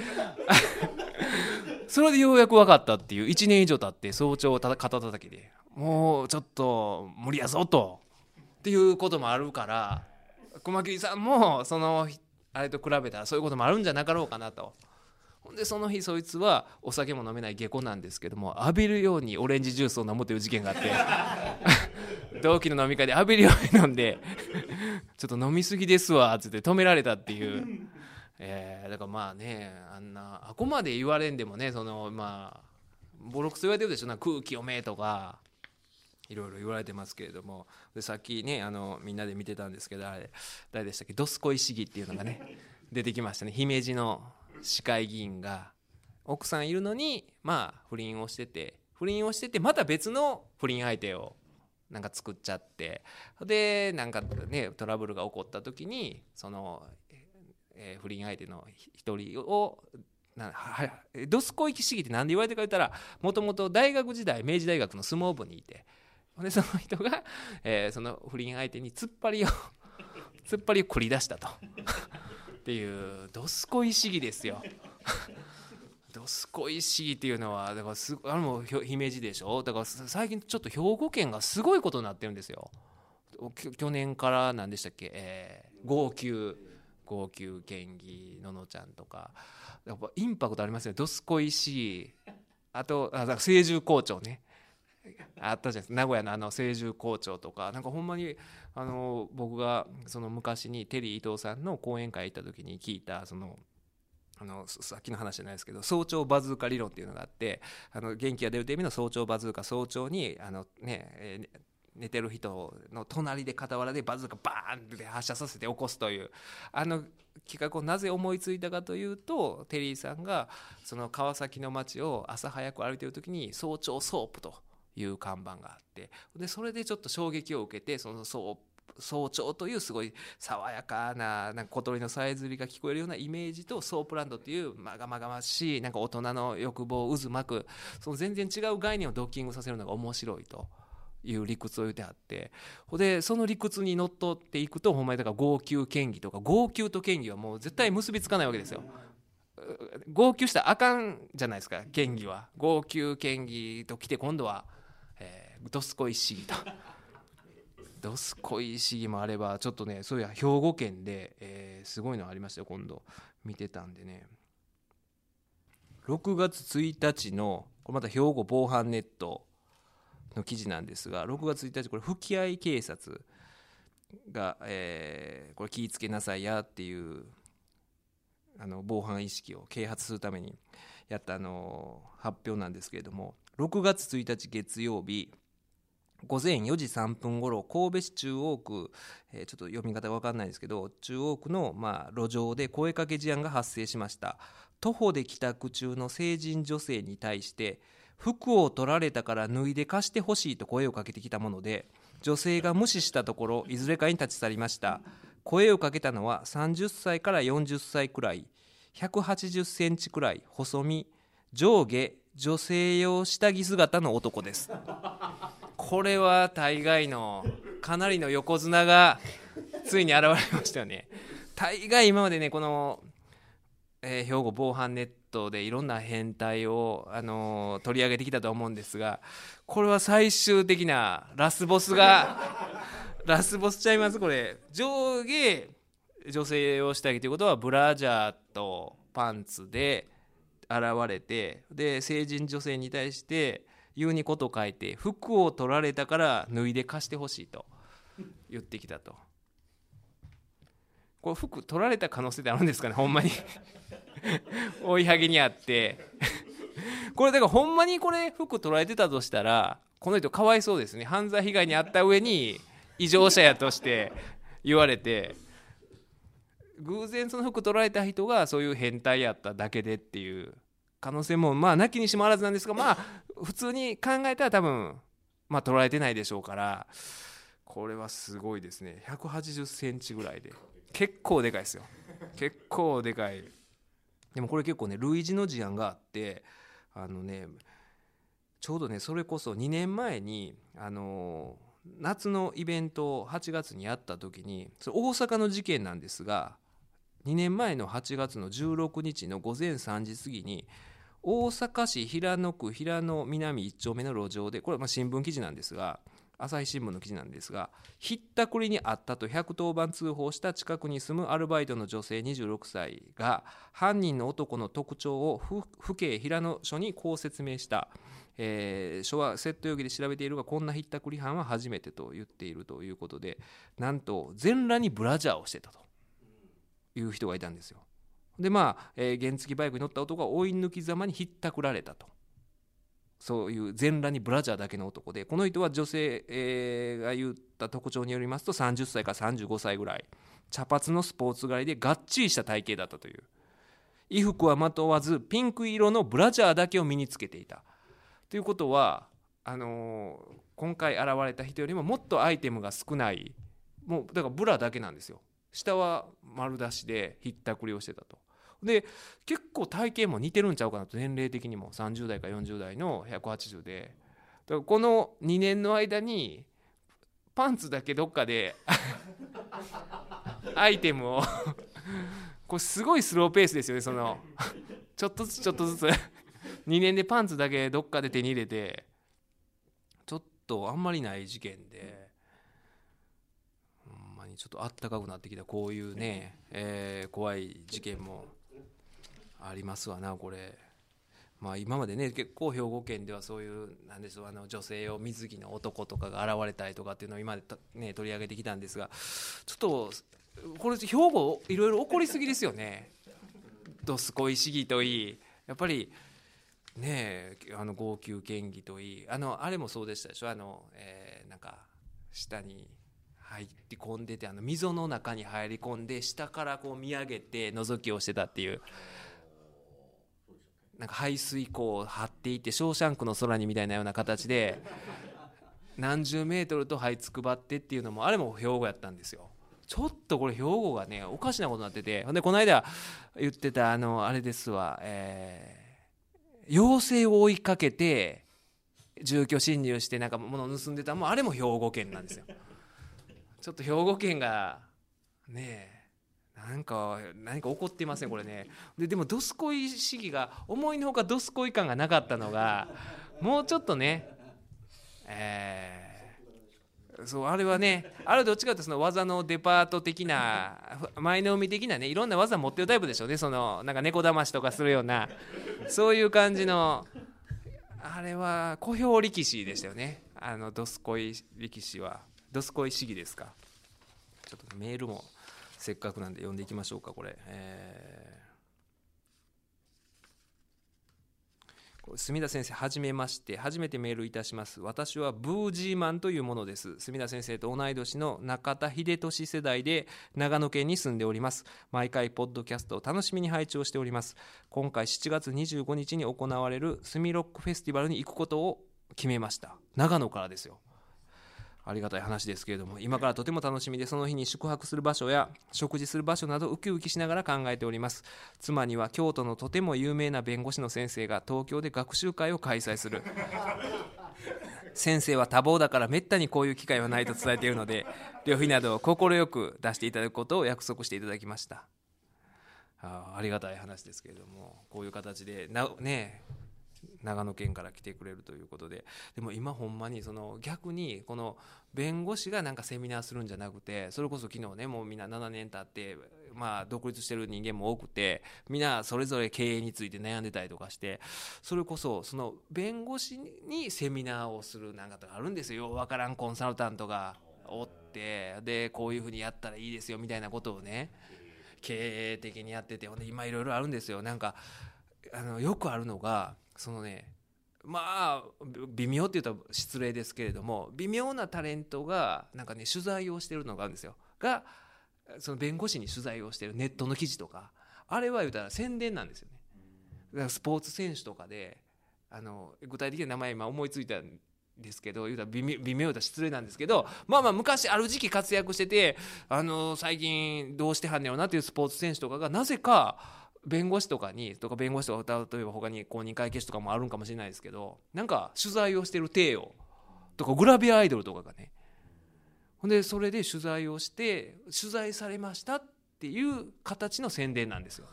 それでようやく分かったっていう、いちねん以上経って早朝肩叩きでもうちょっと無理やぞとっていうこともあるから、熊切さんもそのあれと比べたらそういうこともあるんじゃなかろうかなと。ほんでその日そいつはお酒も飲めない下戸なんですけども、浴びるようにオレンジジュースを飲むという事件があって同期の飲み会で浴びるように飲んでちょっと飲みすぎですわっつって止められたっていう、えー、だからまあね、あんなあこまで言われんでもね、そのまあボロクソ言われてるでしょ、な空気読めとかいろいろ言われてますけれども。でさっきねあのみんなで見てたんですけど、あれ誰でしたっけ、どすこい市議っていうのがね出てきましたね。姫路の市会議員が奥さんいるのにまあ不倫をしてて不倫をしててまた別の不倫相手をなんか作っちゃって、でなんかねトラブルが起こった時にその、えー、不倫相手の一人をなはどすこい市議って何で言われてか言ったら、もともと大学時代明治大学の相撲部にいて、でその人が、えー、その不倫相手に突っ張りを突っ張りを繰り出したとっていうどすこい市議ですよどすこい市議っていうのはだからすあれも姫路でしょ。だから最近ちょっと兵庫県がすごいことになってるんですよ。去年から何でしたっけ、えー、号泣号泣県議ののちゃんとか、やっぱインパクトありますよね。どすこい市議、あとあだから清獣校長ねあったじゃないですか、名古屋のあの清獣校長とか、なんかほんまにあの僕がその昔にテリー伊藤さんの講演会行った時に聞いたそのあのさっきの話じゃないですけど、早朝バズーカ理論っていうのがあって、あの元気が出るという意味の早朝バズーカ、早朝にあの、ねえー、寝てる人の隣で傍らでバズーカバーンって発射させて起こすというあの企画をなぜ思いついたかというと、テリーさんがその川崎の街を朝早く歩いている時に早朝ソープという看板があって、でそれでちょっと衝撃を受けて、そのソープ早朝というすごい爽やか な, なんか小鳥のさえずりが聞こえるようなイメージと、ソープランドというまがまがましいなんか大人の欲望を渦巻くその全然違う概念をドッキングさせるのが面白いという理屈を言ってあって、でその理屈にのっとっていくと、ほんまにだから号泣県議とか号泣と県議はもう絶対結びつかないわけですよ。号泣したらあかんじゃないですか、県議は。号泣県議と来て今度は、えー、どすこい市議とどすこい市議もあれば、ちょっとねそういや兵庫県で、えー、すごいのありましたよ。今度見てたんでね、ろくがつついたちのこれまた兵庫防犯ネットの記事なんですが、ろくがつついたちこれ吹合警察が、えー、これ気ぃつけなさいやっていうあの防犯意識を啓発するためにやったあの発表なんですけれども、ろくがつついたち月曜日ごぜんよじさんぷんごろ、神戸市中央区、えー、ちょっと読み方が分かんないですけど、中央区の、まあ、路上で声かけ事案が発生しました。徒歩で帰宅中の成人女性に対して服を取られたから脱いで貸してほしいと声をかけてきたもので、女性が無視したところいずれかに立ち去りました。 声をかけたのはさんじゅっさいからよんじゅっさいくらい、ひゃくはちじゅっセンチくらい細身、上下女性用下着姿の男です。これは大概のかなりの横綱がついに現れましたよね。大概今までねこの、えー、兵庫防犯ネットでいろんな変態を、あのー、取り上げてきたと思うんですが、これは最終的なラスボスがラスボスちゃいますこれ。上下女性用下着ということはブラジャーとパンツで現れて、で成人女性に対して言うにこと書いて、服を取られたから脱いで貸してほしいと言ってきたと。これ服取られた可能性ってあるんですかね、ほんまに追いはぎにあってこれだからほんまにこれ服取られてたとしたら、この人かわいそうですね。犯罪被害に遭った上に異常者やとして言われて、偶然その服取られた人がそういう変態やっただけでっていう可能性もまあなきにしもあらずなんですが、まあ普通に考えたら多分まあ取られてないでしょうから、これはすごいですね。ひゃくはちじゅっセンチぐらいで結構でかいですよ。結構でかい。でもこれ結構ね類似の事案があって、あのねちょうどねそれこそにねんまえにあの夏のイベントをはちがつにやった時に、それ大阪の事件なんですが、にねんまえのはちがつのじゅうろくにちのごぜんさんじ過ぎに大阪市平野区平野南いっ丁目の路上で、これはまあ新聞記事なんですが、朝日新聞の記事なんですが、ひったくりにあったとひゃくとおばん通報した近くに住むアルバイトの女性にじゅうろくさいが犯人の男の特徴を府警平野署にこう説明した。えー、署は窃盗容疑で調べているが、こんなひったくり犯は初めてと言っているということで、なんと全裸にブラジャーをしてたという人がいたんですよ。でまあ、えー、原付バイクに乗った男は追い抜きざまにひったくられたと。そういう全裸にブラジャーだけの男で、この人は女性、えー、が言った特徴によりますとさんじゅっさいからさんじゅうごさいぐらい、茶髪のスポーツ狩りでがっちりした体型だったという。衣服はまとわずピンク色のブラジャーだけを身につけていたということは、あのー、今回現れた人よりももっとアイテムが少ない、もうだからブラだけなんですよ。下は丸出しでひったくりをしてたと。で結構体型も似てるんちゃうかなと、年齢的にもさんじゅうだいかよんじゅうだいのひゃくはちじゅうで、だからこのにねんの間にパンツだけどっかでアイテムをこれすごいスローペースですよね。そのちょっとずつちょっとずつにねんでパンツだけどっかで手に入れて、ちょっとあんまりない事件で、ほんまにちょっとあったかくなってきた。こういうね、えー、怖い事件もありますわなこれ。まあ今までね結構兵庫県ではそういうなんでしょう、あの女性用水着の男とかが現れたりとかっていうのを今までね取り上げてきたんですが、ちょっとこれ兵庫いろいろ起こりすぎですよね。どすこい市議といい、やっぱりねえ、あの号泣県議といい、あのあれもそうでしたでしょ、あの、えー、なんか下に入って込んでて、あの溝の中に入り込んで下からこう見上げて覗きをしてたっていう、なんか排水溝を張っていてショーシャンクの空にみたいなような形で何十メートルと這いつくばってっていうのも、あれも兵庫やったんですよ。ちょっとこれ兵庫がねおかしなことになってて、でこの間言ってたあのあれですわ、えー、妖精を追いかけて住居侵入してなんか物を盗んでたもあれも兵庫県なんですよ。ちょっと兵庫県がねえなんか何か起こっていませんこれね。ででもどすこい市議が思いのほかどすこい感がなかったのが、もうちょっとね、えーそうあれはね、あれどっちかというとその技のデパート的な前の海的なね、いろんな技持ってるタイプでしょうね。そのなんか猫だましとかするようなそういう感じの、あれは小兵力士でしたよね。あのどすこい力士はどすこい市議ですか。ちょっとメールもせっかくなんで読んでいきましょうか。これ、えー墨田先生、はじめまして。初めてメールいたします。私はブージーマンというものです。墨田先生と同い年の中田秀俊世代で長野県に住んでおります。毎回ポッドキャストを楽しみに拝聴しております。今回しちがつにじゅうごにちに行われるスミロックフェスティバルに行くことを決めました。長野からですよ。 ありがたい話ですけれども、今からとても楽しみで、その日に宿泊する場所や食事する場所などウキウキしながら考えております。妻には京都のとても有名な弁護士の先生が東京で学習会を開催する。先生は多忙だからめったにこういう機会はないと伝えているので、旅費などを快く出していただくことを約束していただきました。あ, ありがたい話ですけれども、こういう形でな、ね、長野県から来てくれるということで、でも今ほんまにその逆にこの弁護士がなんかセミナーするんじゃなくて、それこそ昨日ね、もうみんなななねん経って、まあ、独立してる人間も多くて、みんなそれぞれ経営について悩んでたりとかして、それこそその弁護士にセミナーをするなんかとかあるんですよ。ようわからんコンサルタントがおって、でこういうふうにやったらいいですよみたいなことをね、経営的にやってて、ほんで今いろいろあるんですよ。なんかあのよくあるのが、そのね、まあ微妙って言うと失礼ですけれども、微妙なタレントがなんかね取材をしてるのがあるんですよ。がその弁護士に取材をしてるネットの記事とか、あれは言うたら宣伝なんですよね。だからスポーツ選手とかで、あの具体的な名前今思いついたんですけど、言うたら微妙、微妙だ失礼なんですけど、まあまあ昔ある時期活躍してて、あの最近どうしてはんねやろなっていうスポーツ選手とかがなぜか弁護士とかにとか弁護士とか、例えば他に公認会計士とかもあるんかもしれないですけど、なんか取材をしてる体をとか、グラビアアイドルとかがね、ほんでそれで取材をして取材されましたっていう形の宣伝なんですよ。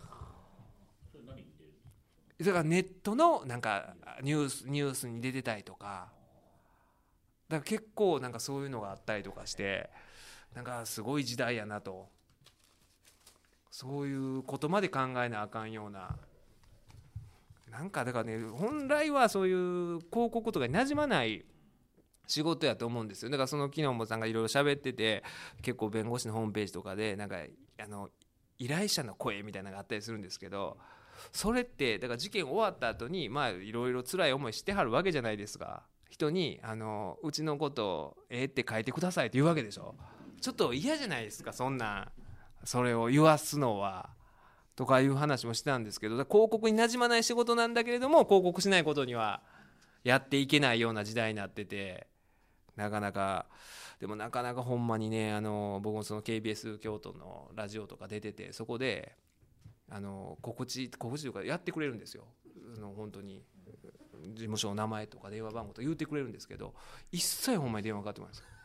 だからネットのなんかニュースニュースに出てたりとか、だから結構なんかそういうのがあったりとかして、なんかすごい時代やなと、そういうことまで考えなあかんような、なんかだからね、本来はそういう広告とかに馴染まない仕事やと思うんですよ。だからその昨日もさんがいろいろ喋ってて、結構弁護士のホームページとかでなんかあの依頼者の声みたいなのがあったりするんですけど、それってだから事件終わった後にまあいろいろ辛い思いしてはるわけじゃないですか。人にあのうちのことをええって書いてくださいって言うわけでしょ。ちょっと嫌じゃないですか、そんなそれを言わすのはとかいう話もしてたんですけど、広告に馴染まない仕事なんだけれども、広告しないことにはやっていけないような時代になってて、なかなかでもなかなかほんまにね、あの僕もその ケービーエス 京都のラジオとか出てて、そこであの告知告知とかやってくれるんですよ。あの本当に事務所の名前とか電話番号とか言ってくれるんですけど、一切ほんまに電話かかってこないんですよ。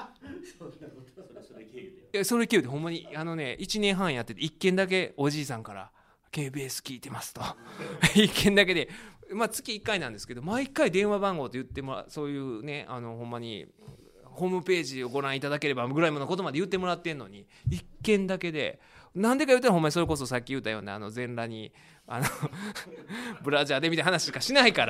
いやそれ経由でほんまにあのねいちねんはんやってていっけんだけおじいさんから ケービーエス 聞いてますといっけんだけで、まあ月いっかいなんですけど、毎回電話番号と言ってもらう、そういうね、あのほんまにホームページをご覧いただければぐらいのことまで言ってもらってんのに、いっけんだけで、なんでか言ったらほんまにそれこそさっき言ったようなあの全裸にあのブラジャーでみたいな話しかしないから、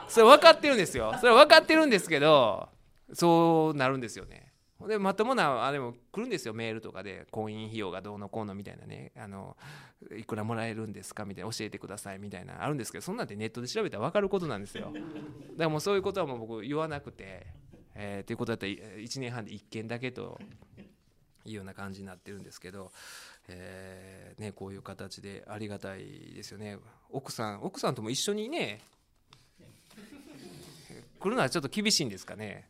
それ分かってるんですよ。それ分かってるんですけど、そうなるんですよね。でまともなあれも来るんですよ、メールとかで婚姻費用がどうのこうのみたいなね、あのいくらもらえるんですかみたいな、教えてくださいみたいなあるんですけど、そんなんてネットで調べたら分かることなんですよ。だからもうそういうことはもう僕言わなくて、えー、ということだったらいちねんはんでいっけんだけというような感じになってるんですけど、えーね、こういう形でありがたいですよね。奥さん奥さんとも一緒にね来るのはちょっと厳しいんですかね。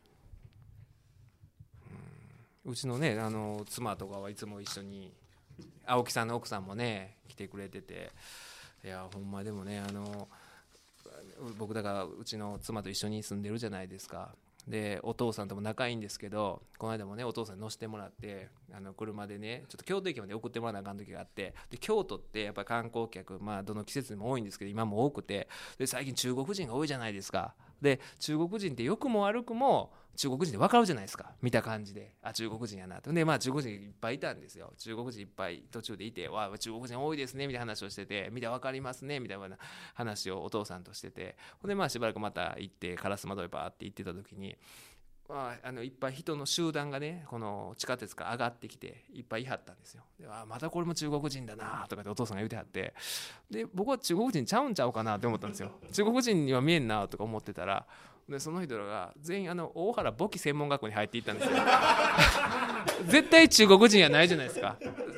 うちのねあの妻とかはいつも一緒に、青木さんの奥さんもね来てくれてて、いやほんまでもね、あの僕だからうちの妻と一緒に住んでるじゃないですか。でお父さんとも仲いいんですけど、この間もねお父さんに乗せてもらって、あの車でねちょっと京都駅まで送ってもらわなあかん時があって、で京都ってやっぱり観光客、まあどの季節にも多いんですけど今も多くて、で最近中国人が多いじゃないですか。で中国人って良くも悪くも中国人で分かるじゃないですか、見た感じで、あ中国人やなと。でまあ中国人いっぱいいたんですよ。中国人いっぱい途中でいて、わ中国人多いですねみたいな話をしてて、見たら分かりますねみたいな話をお父さんとしてて、ほんでまあしばらくまた行って烏丸通りバーって行ってた時に、まあ、あのいっぱい人の集団がねこの地下鉄から上がってきていっぱいいはったんですよ。であまたこれも中国人だなとかってお父さんが言うてはって、で僕は中国人ちゃうんちゃうかなって思ったんですよ。中国人には見えんなとか思ってたら、でその人らが全員あの大原簿記専門学校に入っていったんですよ絶対中国人やないじゃないですか。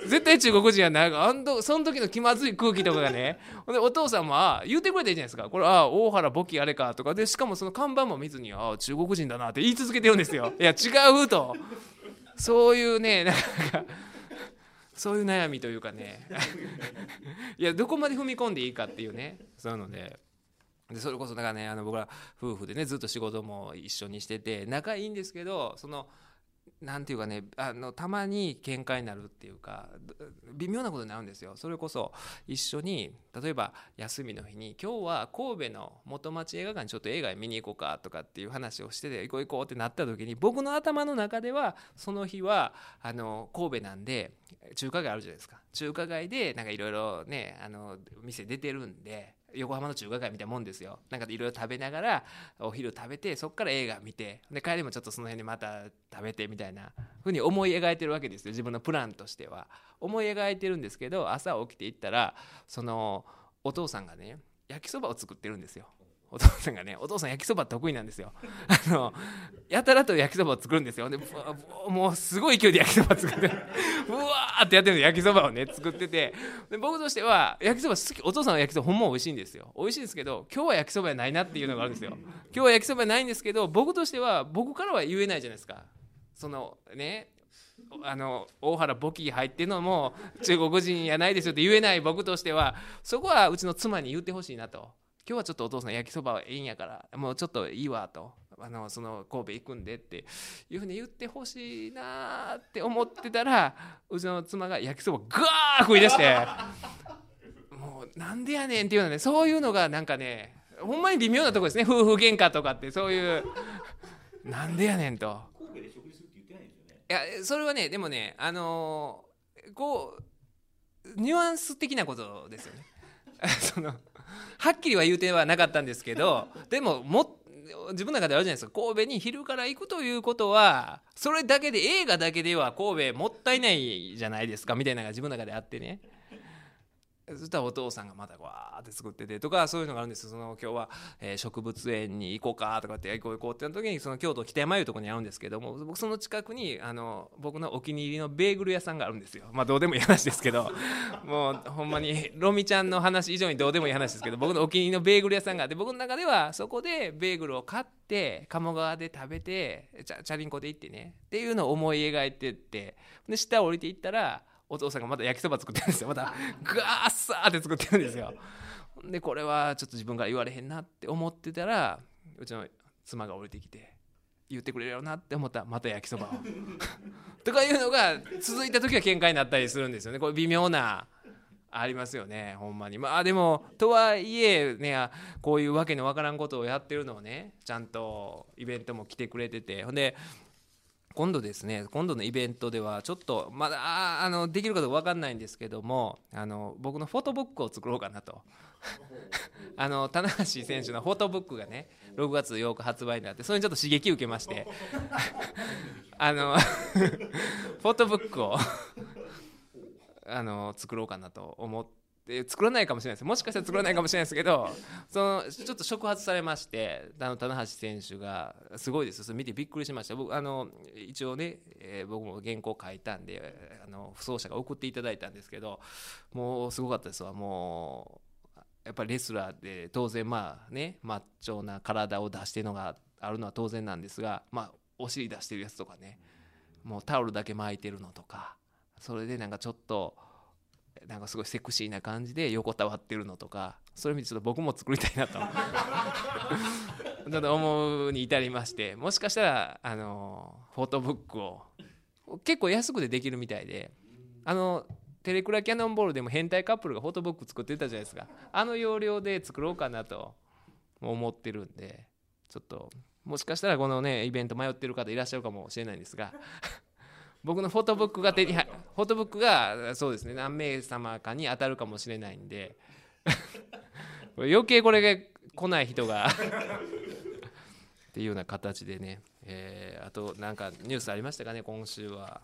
絶対中国人やないあんどその時の気まずい空気とかがねほんでお父さんもあ言うてくれていいじゃないですか。これあ大原簿記あれかとかでしかもその看板も見ずにあ中国人だなって言い続けてるんですよ。いや違うとそういうねなんかそういう悩みというかねいやどこまで踏み込んでいいかっていうねそういうので。でそれこそだからねあの僕ら夫婦でねずっと仕事も一緒にしてて仲いいんですけどそのなんていうかねあのたまに喧嘩になるっていうか微妙なことになるんですよ。それこそ一緒に例えば休みの日に今日は神戸の元町映画館にちょっと映画見に行こうかとかっていう話をしてて行こう行こうってなった時に僕の頭の中ではその日はあの神戸なんで中華街あるじゃないですか。中華街でなんかいろいろねあの店出てるんで横浜の中華街みたいなもんですよ。なんかいろいろ食べながらお昼食べてそっから映画見てで帰りもちょっとその辺でまた食べてみたいな風に思い描いてるわけですよ。自分のプランとしては思い描いてるんですけど朝起きていったらそのお父さんがね焼きそばを作ってるんですよ。お父さんがねお父さん焼きそば得意なんですよ。あのやたらと焼きそばを作るんですよ。でもうすごい勢いで焼きそば作ってうわーってやってるの焼きそばをね作っててで僕としては焼きそば好きお父さんの焼きそばほんま美味しいんですよ。美味しいんですけど今日は焼きそばやないなっていうのがあるんですよ。今日は焼きそばやないんですけど僕としては僕からは言えないじゃないですか。そのねあの大原簿記入ってるのも中国人やないですよって言えない僕としてはそこはうちの妻に言ってほしいなと。今日はちょっとお父さん焼きそばはいいんやからもうちょっといいわとあのその神戸行くんでっていうふうに言ってほしいなって思ってたらうちの妻が焼きそばガー食い出してもうなんでやねんっていうのねそういうのがなんかねほんまに微妙なとこですね。夫婦喧嘩とかってそういうなんでやねんと。神戸で食事するって言ってないですよね。いやそれはねでもねあのー、こうニュアンス的なことですよねそのはっきりは言うてはなかったんですけどでもも自分の中であるじゃないですか。神戸に昼から行くということはそれだけで映画だけでは神戸もったいないじゃないですかみたいなのが自分の中であってね。そしたらお父さんがまたわーって作っててとかそういうのがあるんです。その今日は、えー、植物園に行こうかとかって行こう行こうってなった時にその京都北山いうところにあるんですけども僕その近くにあの僕のお気に入りのベーグル屋さんがあるんですよ。まあどうでもいい話ですけどもうほんまにロミちゃんの話以上にどうでもいい話ですけど僕のお気に入りのベーグル屋さんがあって僕の中ではそこでベーグルを買って鴨川で食べてチャ、チャリンコで行ってねっていうのを思い描いてってで下を降りていったらお父さんがまた焼きそば作ってるんですよ。またガーッサーって作ってるんですよ。でこれはちょっと自分から言われへんなって思ってたらうちの妻が降りてきて言ってくれるよなって思ったらまた焼きそばをとかいうのが続いた時は喧嘩になったりするんですよね。これ微妙なありますよねほんまに。まあでもとはいえねこういうわけのわからんことをやってるのをねちゃんとイベントも来てくれててほんで今度ですね今度のイベントではちょっとまだあのできるかどうか分かんないんですけどもあの僕のフォトブックを作ろうかなとあの棚橋選手のフォトブックがねろくがつようか発売になってそれにちょっと刺激受けましてあのフォトブックをあの作ろうかなと思って作らないかもしれないです。もしかしたら作らないかもしれないですけどそのちょっと触発されましてあの棚橋選手がすごいですそれ見てびっくりしました。僕あの一応ね、えー、僕も原稿書いたんであの不走者が送っていただいたんですけどもうすごかったですわ。もうやっぱりレスラーで当然まあねマッチョな体を出してるのがあるのは当然なんですがまあお尻出してるやつとかねもうタオルだけ巻いてるのとかそれでなんかちょっとなんかすごいセクシーな感じで横たわってるのとかそれ見てちょっと僕も作りたいなとちょっと思うに至りましてもしかしたらあのフォトブックを結構安くでできるみたいであのテレクラキャノンボールでも変態カップルがフォトブック作ってたじゃないですか。あの要領で作ろうかなと思ってるんでちょっともしかしたらこのねイベント迷ってる方いらっしゃるかもしれないんですが僕のフォトブックが手にフォトブックがそうですね何名様かに当たるかもしれないんで余計これが来ない人がっていうような形でね、えー、あとなんかニュースありましたかね今週は。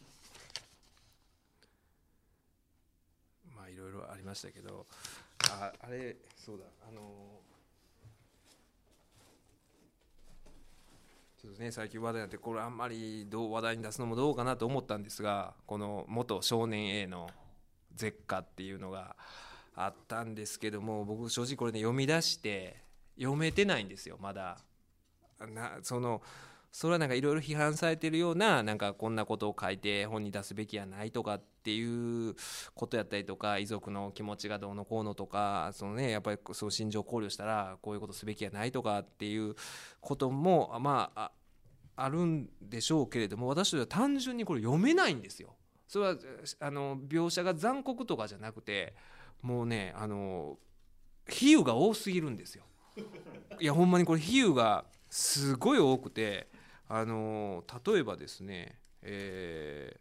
まあいろいろありましたけど あ, あれそうだあのちょっね、最近話題になってこれあんまりどう話題に出すのもどうかなと思ったんですが、この元少年 A の絶歌っていうのがあったんですけども、僕正直これね読み出して読めてないんですよまだ。なそのそれはなんかいろいろ批判されてるような、なんかこんなことを書いて本に出すべきやないとかっていうことやったりとか、遺族の気持ちがどうのこうのとか、そのねやっぱりそう心情考慮したらこういうことすべきやないとかっていうこともまあ あ, あるんでしょうけれども、私は単純にこれ読めないんですよ。それはあの描写が残酷とかじゃなくて、もうねあの比喩が多すぎるんですよ。いやほんまにこれ比喩がすごい多くて、あの例えばですね、え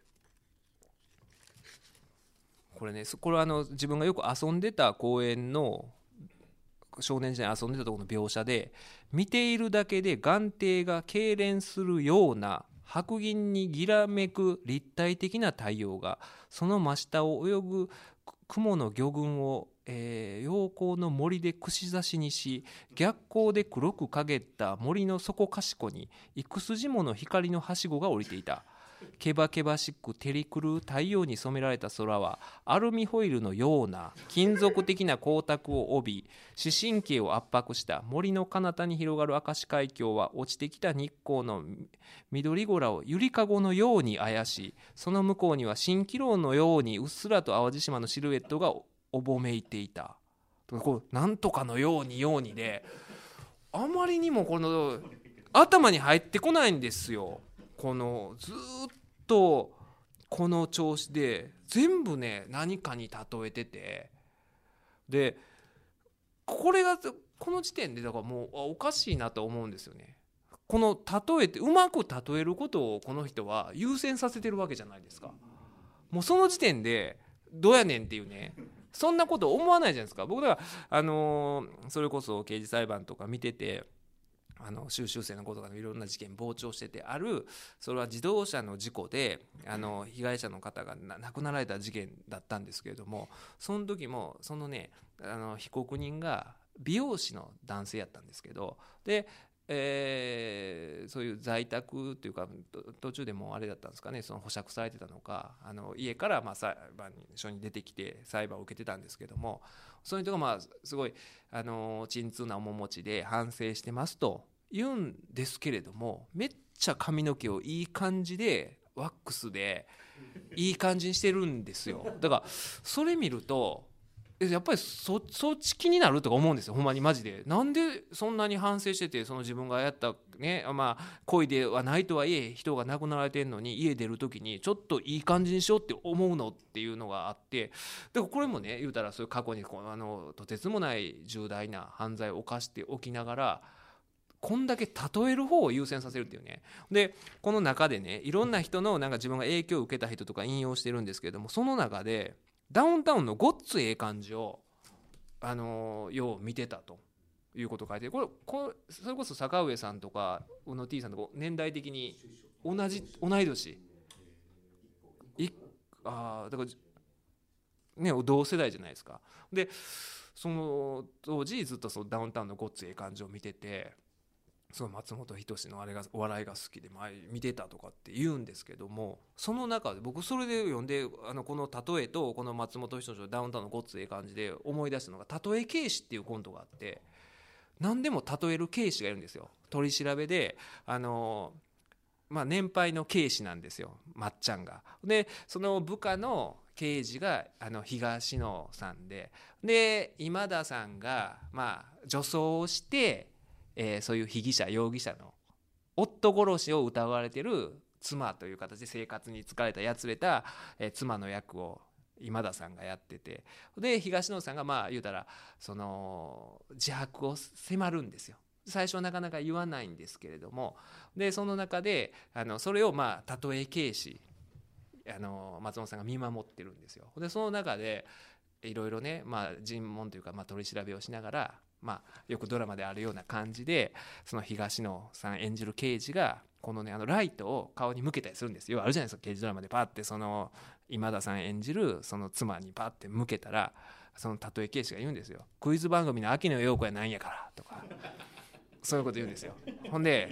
ー、これねこれはあの自分がよく遊んでた公園の少年時代遊んでたところの描写で、見ているだけで眼底が痙攣するような白銀にぎらめく立体的な太陽がその真下を泳ぐ雲の魚群を、えー、陽光の森で串刺しにし、逆光で黒く陰った森の底かしこに幾筋もの光のはしごが降りていた。けばけばしく照り狂う太陽に染められた空はアルミホイルのような金属的な光沢を帯び、視神経を圧迫した森の彼方に広がる明石海峡は落ちてきた日光の緑空をゆりかごのようにあやし、その向こうには蜃気楼のようにうっすらと淡路島のシルエットがおぼめいていた。こうなんとかのようにようにで、あまりにもこの頭に入ってこないんですよ。このずっとこの調子で全部ね何かに例えてて、でこれがこの時点でだからもうおかしいなと思うんですよね。この例えてうまく例えることをこの人は優先させてるわけじゃないですか。もうその時点でどうやねんっていうね、そんなこと思わないじゃないですか。僕だからあのー、それこそ刑事裁判とか見てて、あの修習生の子とかのいろんな事件傍聴してて、あるそれは自動車の事故であの被害者の方が亡くなられた事件だったんですけれども、その時もそのねあの被告人が美容師の男性やったんですけど、で、えー、そういう在宅というか途中でもうあれだったんですかね、その保釈されてたのか、あの家からまあ裁判所に出てきて裁判を受けてたんですけども、その人がまあすごいあの鎮痛な面持ちで反省してますと言うんですけれども、めっちゃ髪の毛をいい感じでワックスでいい感じにしてるんですよ。だからそれ見るとやっぱり そ, そっち気になるとか思うんですよ、ほんまにマジで。なんでそんなに反省してて、その自分がやったね、まあ恋ではないとはいえ人が亡くなられてるのに家出る時にちょっといい感じにしようって思うのっていうのがあって、だからこれもね言うたらそういう過去にこうあのとてつもない重大な犯罪を犯しておきながらこんだけ例える方を優先させるっていうね。でこの中でねいろんな人のなんか自分が影響を受けた人とか引用してるんですけれども、その中でダウンタウンのごっつええ感じをあのー、よう見てたということを書いて、これこれそれこそ坂上さんとか宇野 T さんとか年代的に同じ同い年いあだからね同世代じゃないですか。でその当時ずっとそのダウンタウンのごっつええ感じを見てて、その松本人志のあれがお笑いが好きで前見てたとかって言うんですけども、その中で僕それで読んであのこの例えとこの松本人志のダウンタウンのごっつええ感じで思い出したのが例え警視っていうコントがあって、何でも例える警視がいるんですよ。取り調べであのまあ年配の警視なんですよ、まっちゃんが。でその部下の刑事があの東野さんで、で今田さんがまあ女装をしてえー、そういう被疑者容疑者の夫殺しを疑われてる妻という形で生活に疲れたやつれた、えー、妻の役を今田さんがやってて、で東野さんがまあ言うたらその自白を迫るんですよ。最初はなかなか言わないんですけれども、でその中であのそれをまあ例え警視あの松本さんが見守ってるんですよ。でその中でいろいろね、まあ、尋問というか、まあ、取り調べをしながら、まあ、よくドラマであるような感じでその東野さん演じる刑事がこのねあのライトを顔に向けたりするんですよ。あるじゃないですか、刑事ドラマでパッてその今田さん演じるその妻にパッて向けたら、その例え刑事が言うんですよ。クイズ番組の秋野陽子やなんやからとかそういうこと言うんですよ。ほんで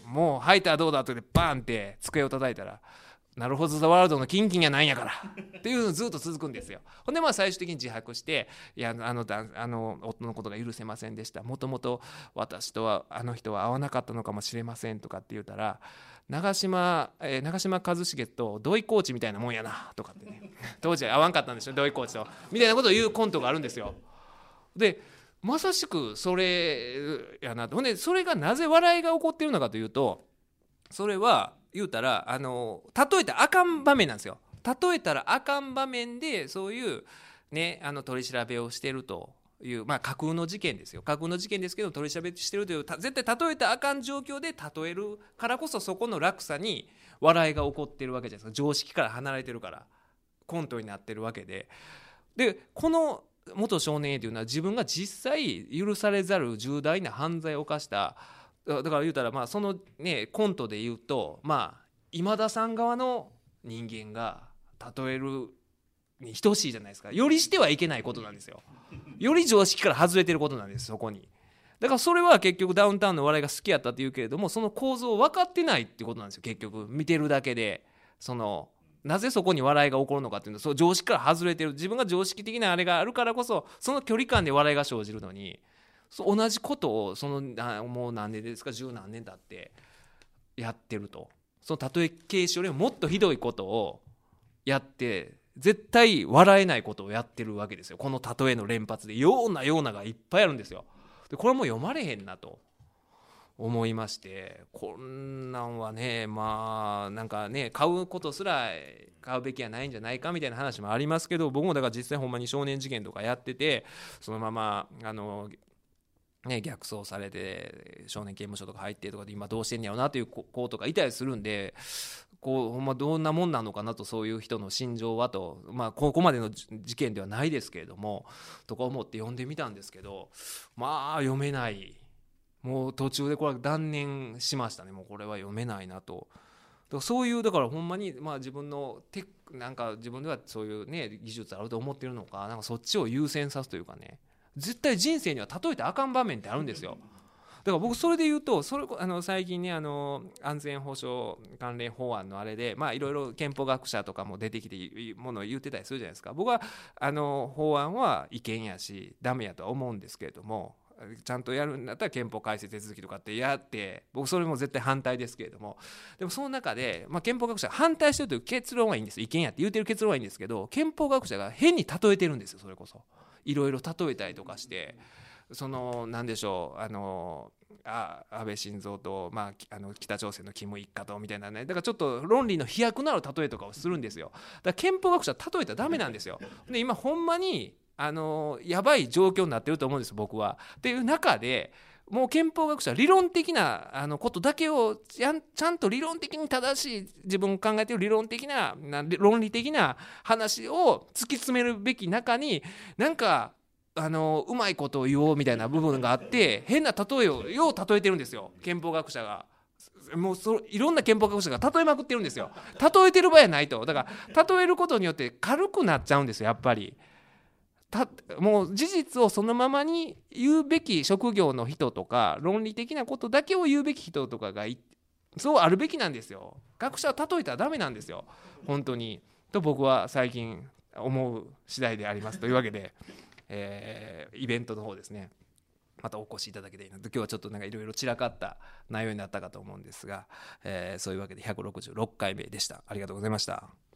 もう吐いたらどうだとでバーンって机を叩いたら、なるほどザワールドのキンキンやないんやからっていうのずっと続くんですよ。ほんでまあ最終的に自白して、いやあのあの夫のことが許せませんでした、もともと私とはあの人は合わなかったのかもしれませんとかって言うたら、長嶋、えー、長嶋一茂と土井コーチみたいなもんやなとかってね当時は合わんかったんでしょ土井コーチとみたいなことを言うコントがあるんですよ。でまさしくそれやなと。ほんでそれがなぜ笑いが起こっているのかというと、それは言うたらあの例えたらあかん場面なんですよ。例えたらあかん場面でそういうねあの取り調べをしてるという、まあ架空の事件ですよ。架空の事件ですけど取り調べしてるという、絶対例えたらあかん状況で例えるからこそ、そこの落差に笑いが起こってるわけじゃないですか。常識から離れてるからコントになってるわけで、でこの元少年 A というのは自分が実際許されざる重大な犯罪を犯した、だから言うたらまあそのねコントで言うと、まあ今田さん側の人間が例えるに等しいじゃないですか。よりしてはいけないことなんですよ。より常識から外れてることなんです、そこに。だからそれは結局ダウンタウンの笑いが好きやったっていうけれども、その構造を分かってないっていうことなんですよ。結局見てるだけで、そのなぜそこに笑いが起こるのかっていうのは、そう常識から外れてる、自分が常識的なあれがあるからこそ、その距離感で笑いが生じるのに、同じことをそのもう何年ですか十何年経ってやってると、その例え形式よりももっとひどいことをやって絶対笑えないことをやってるわけですよ。この例えの連発でようなようながいっぱいあるんですよ。でこれも読まれへんなと思いまして、こんなんはねまあなんかね買うことすら買うべきはないんじゃないかみたいな話もありますけど、僕もだから実際ほんまに少年事件とかやってて、そのままあのね、逆走されて少年刑務所とか入ってとかで今どうしてんやろなという子とかいたりするんで、こうほんまどんなもんなのかなと、そういう人の心情はと、まあここまでの事件ではないですけれどもとか思って読んでみたんですけど、まあ読めない、もう途中でこれは断念しましたね。もうこれは読めないなと。だからそういうだからほんまにまあ自分のテクなんか自分ではそういうね技術あると思ってるのか、なんかそっちを優先さすというかね、絶対人生には例えてあかん場面ってあるんですよ。だから僕それで言うと、それあの最近ねあの安全保障関連法案のあれでまあいろいろ憲法学者とかも出てきてものを言ってたりするじゃないですか。僕はあの法案は違憲やしダメやとは思うんですけれども、ちゃんとやるんだったら憲法改正手続きとかってやって、僕それも絶対反対ですけれども、でもその中で、まあ、憲法学者反対してるという結論はいいんです、違憲やって言ってる結論はいいんですけど、憲法学者が変に例えてるんですよ。それこそいろいろ例えたりとかして、その何でしょうあのあ安倍晋三と、まあ、あの北朝鮮のキム一家とみたいなね、だからちょっと論理の飛躍のある例えとかをするんですよ。だから憲法学者は例えたらダメなんですよ。で今ほんまにあのやばい状況になってると思うんです僕は。っていう中でもう憲法学者は理論的なあのことだけをちゃん、ちゃんと理論的に正しい自分が考えている理論的な論理的な話を突き詰めるべき中に、なんかあのうまいことを言おうみたいな部分があって変な例えをよう例えてるんですよ憲法学者が。もうそいろんな憲法学者が例えまくってるんですよ。例えてる場合はないと。だから例えることによって軽くなっちゃうんですよやっぱり。たもう事実をそのままに言うべき職業の人とか論理的なことだけを言うべき人とかがいそうあるべきなんですよ。学者は例えたらダメなんですよ本当にと僕は最近思う次第であります。というわけで、えー、イベントの方ですねまたお越しいただけていいなと。今日はちょっとなんかいろいろ散らかった内容になったかと思うんですが、えー、そういうわけでひゃくろくじゅうろっかいめでした。ありがとうございました。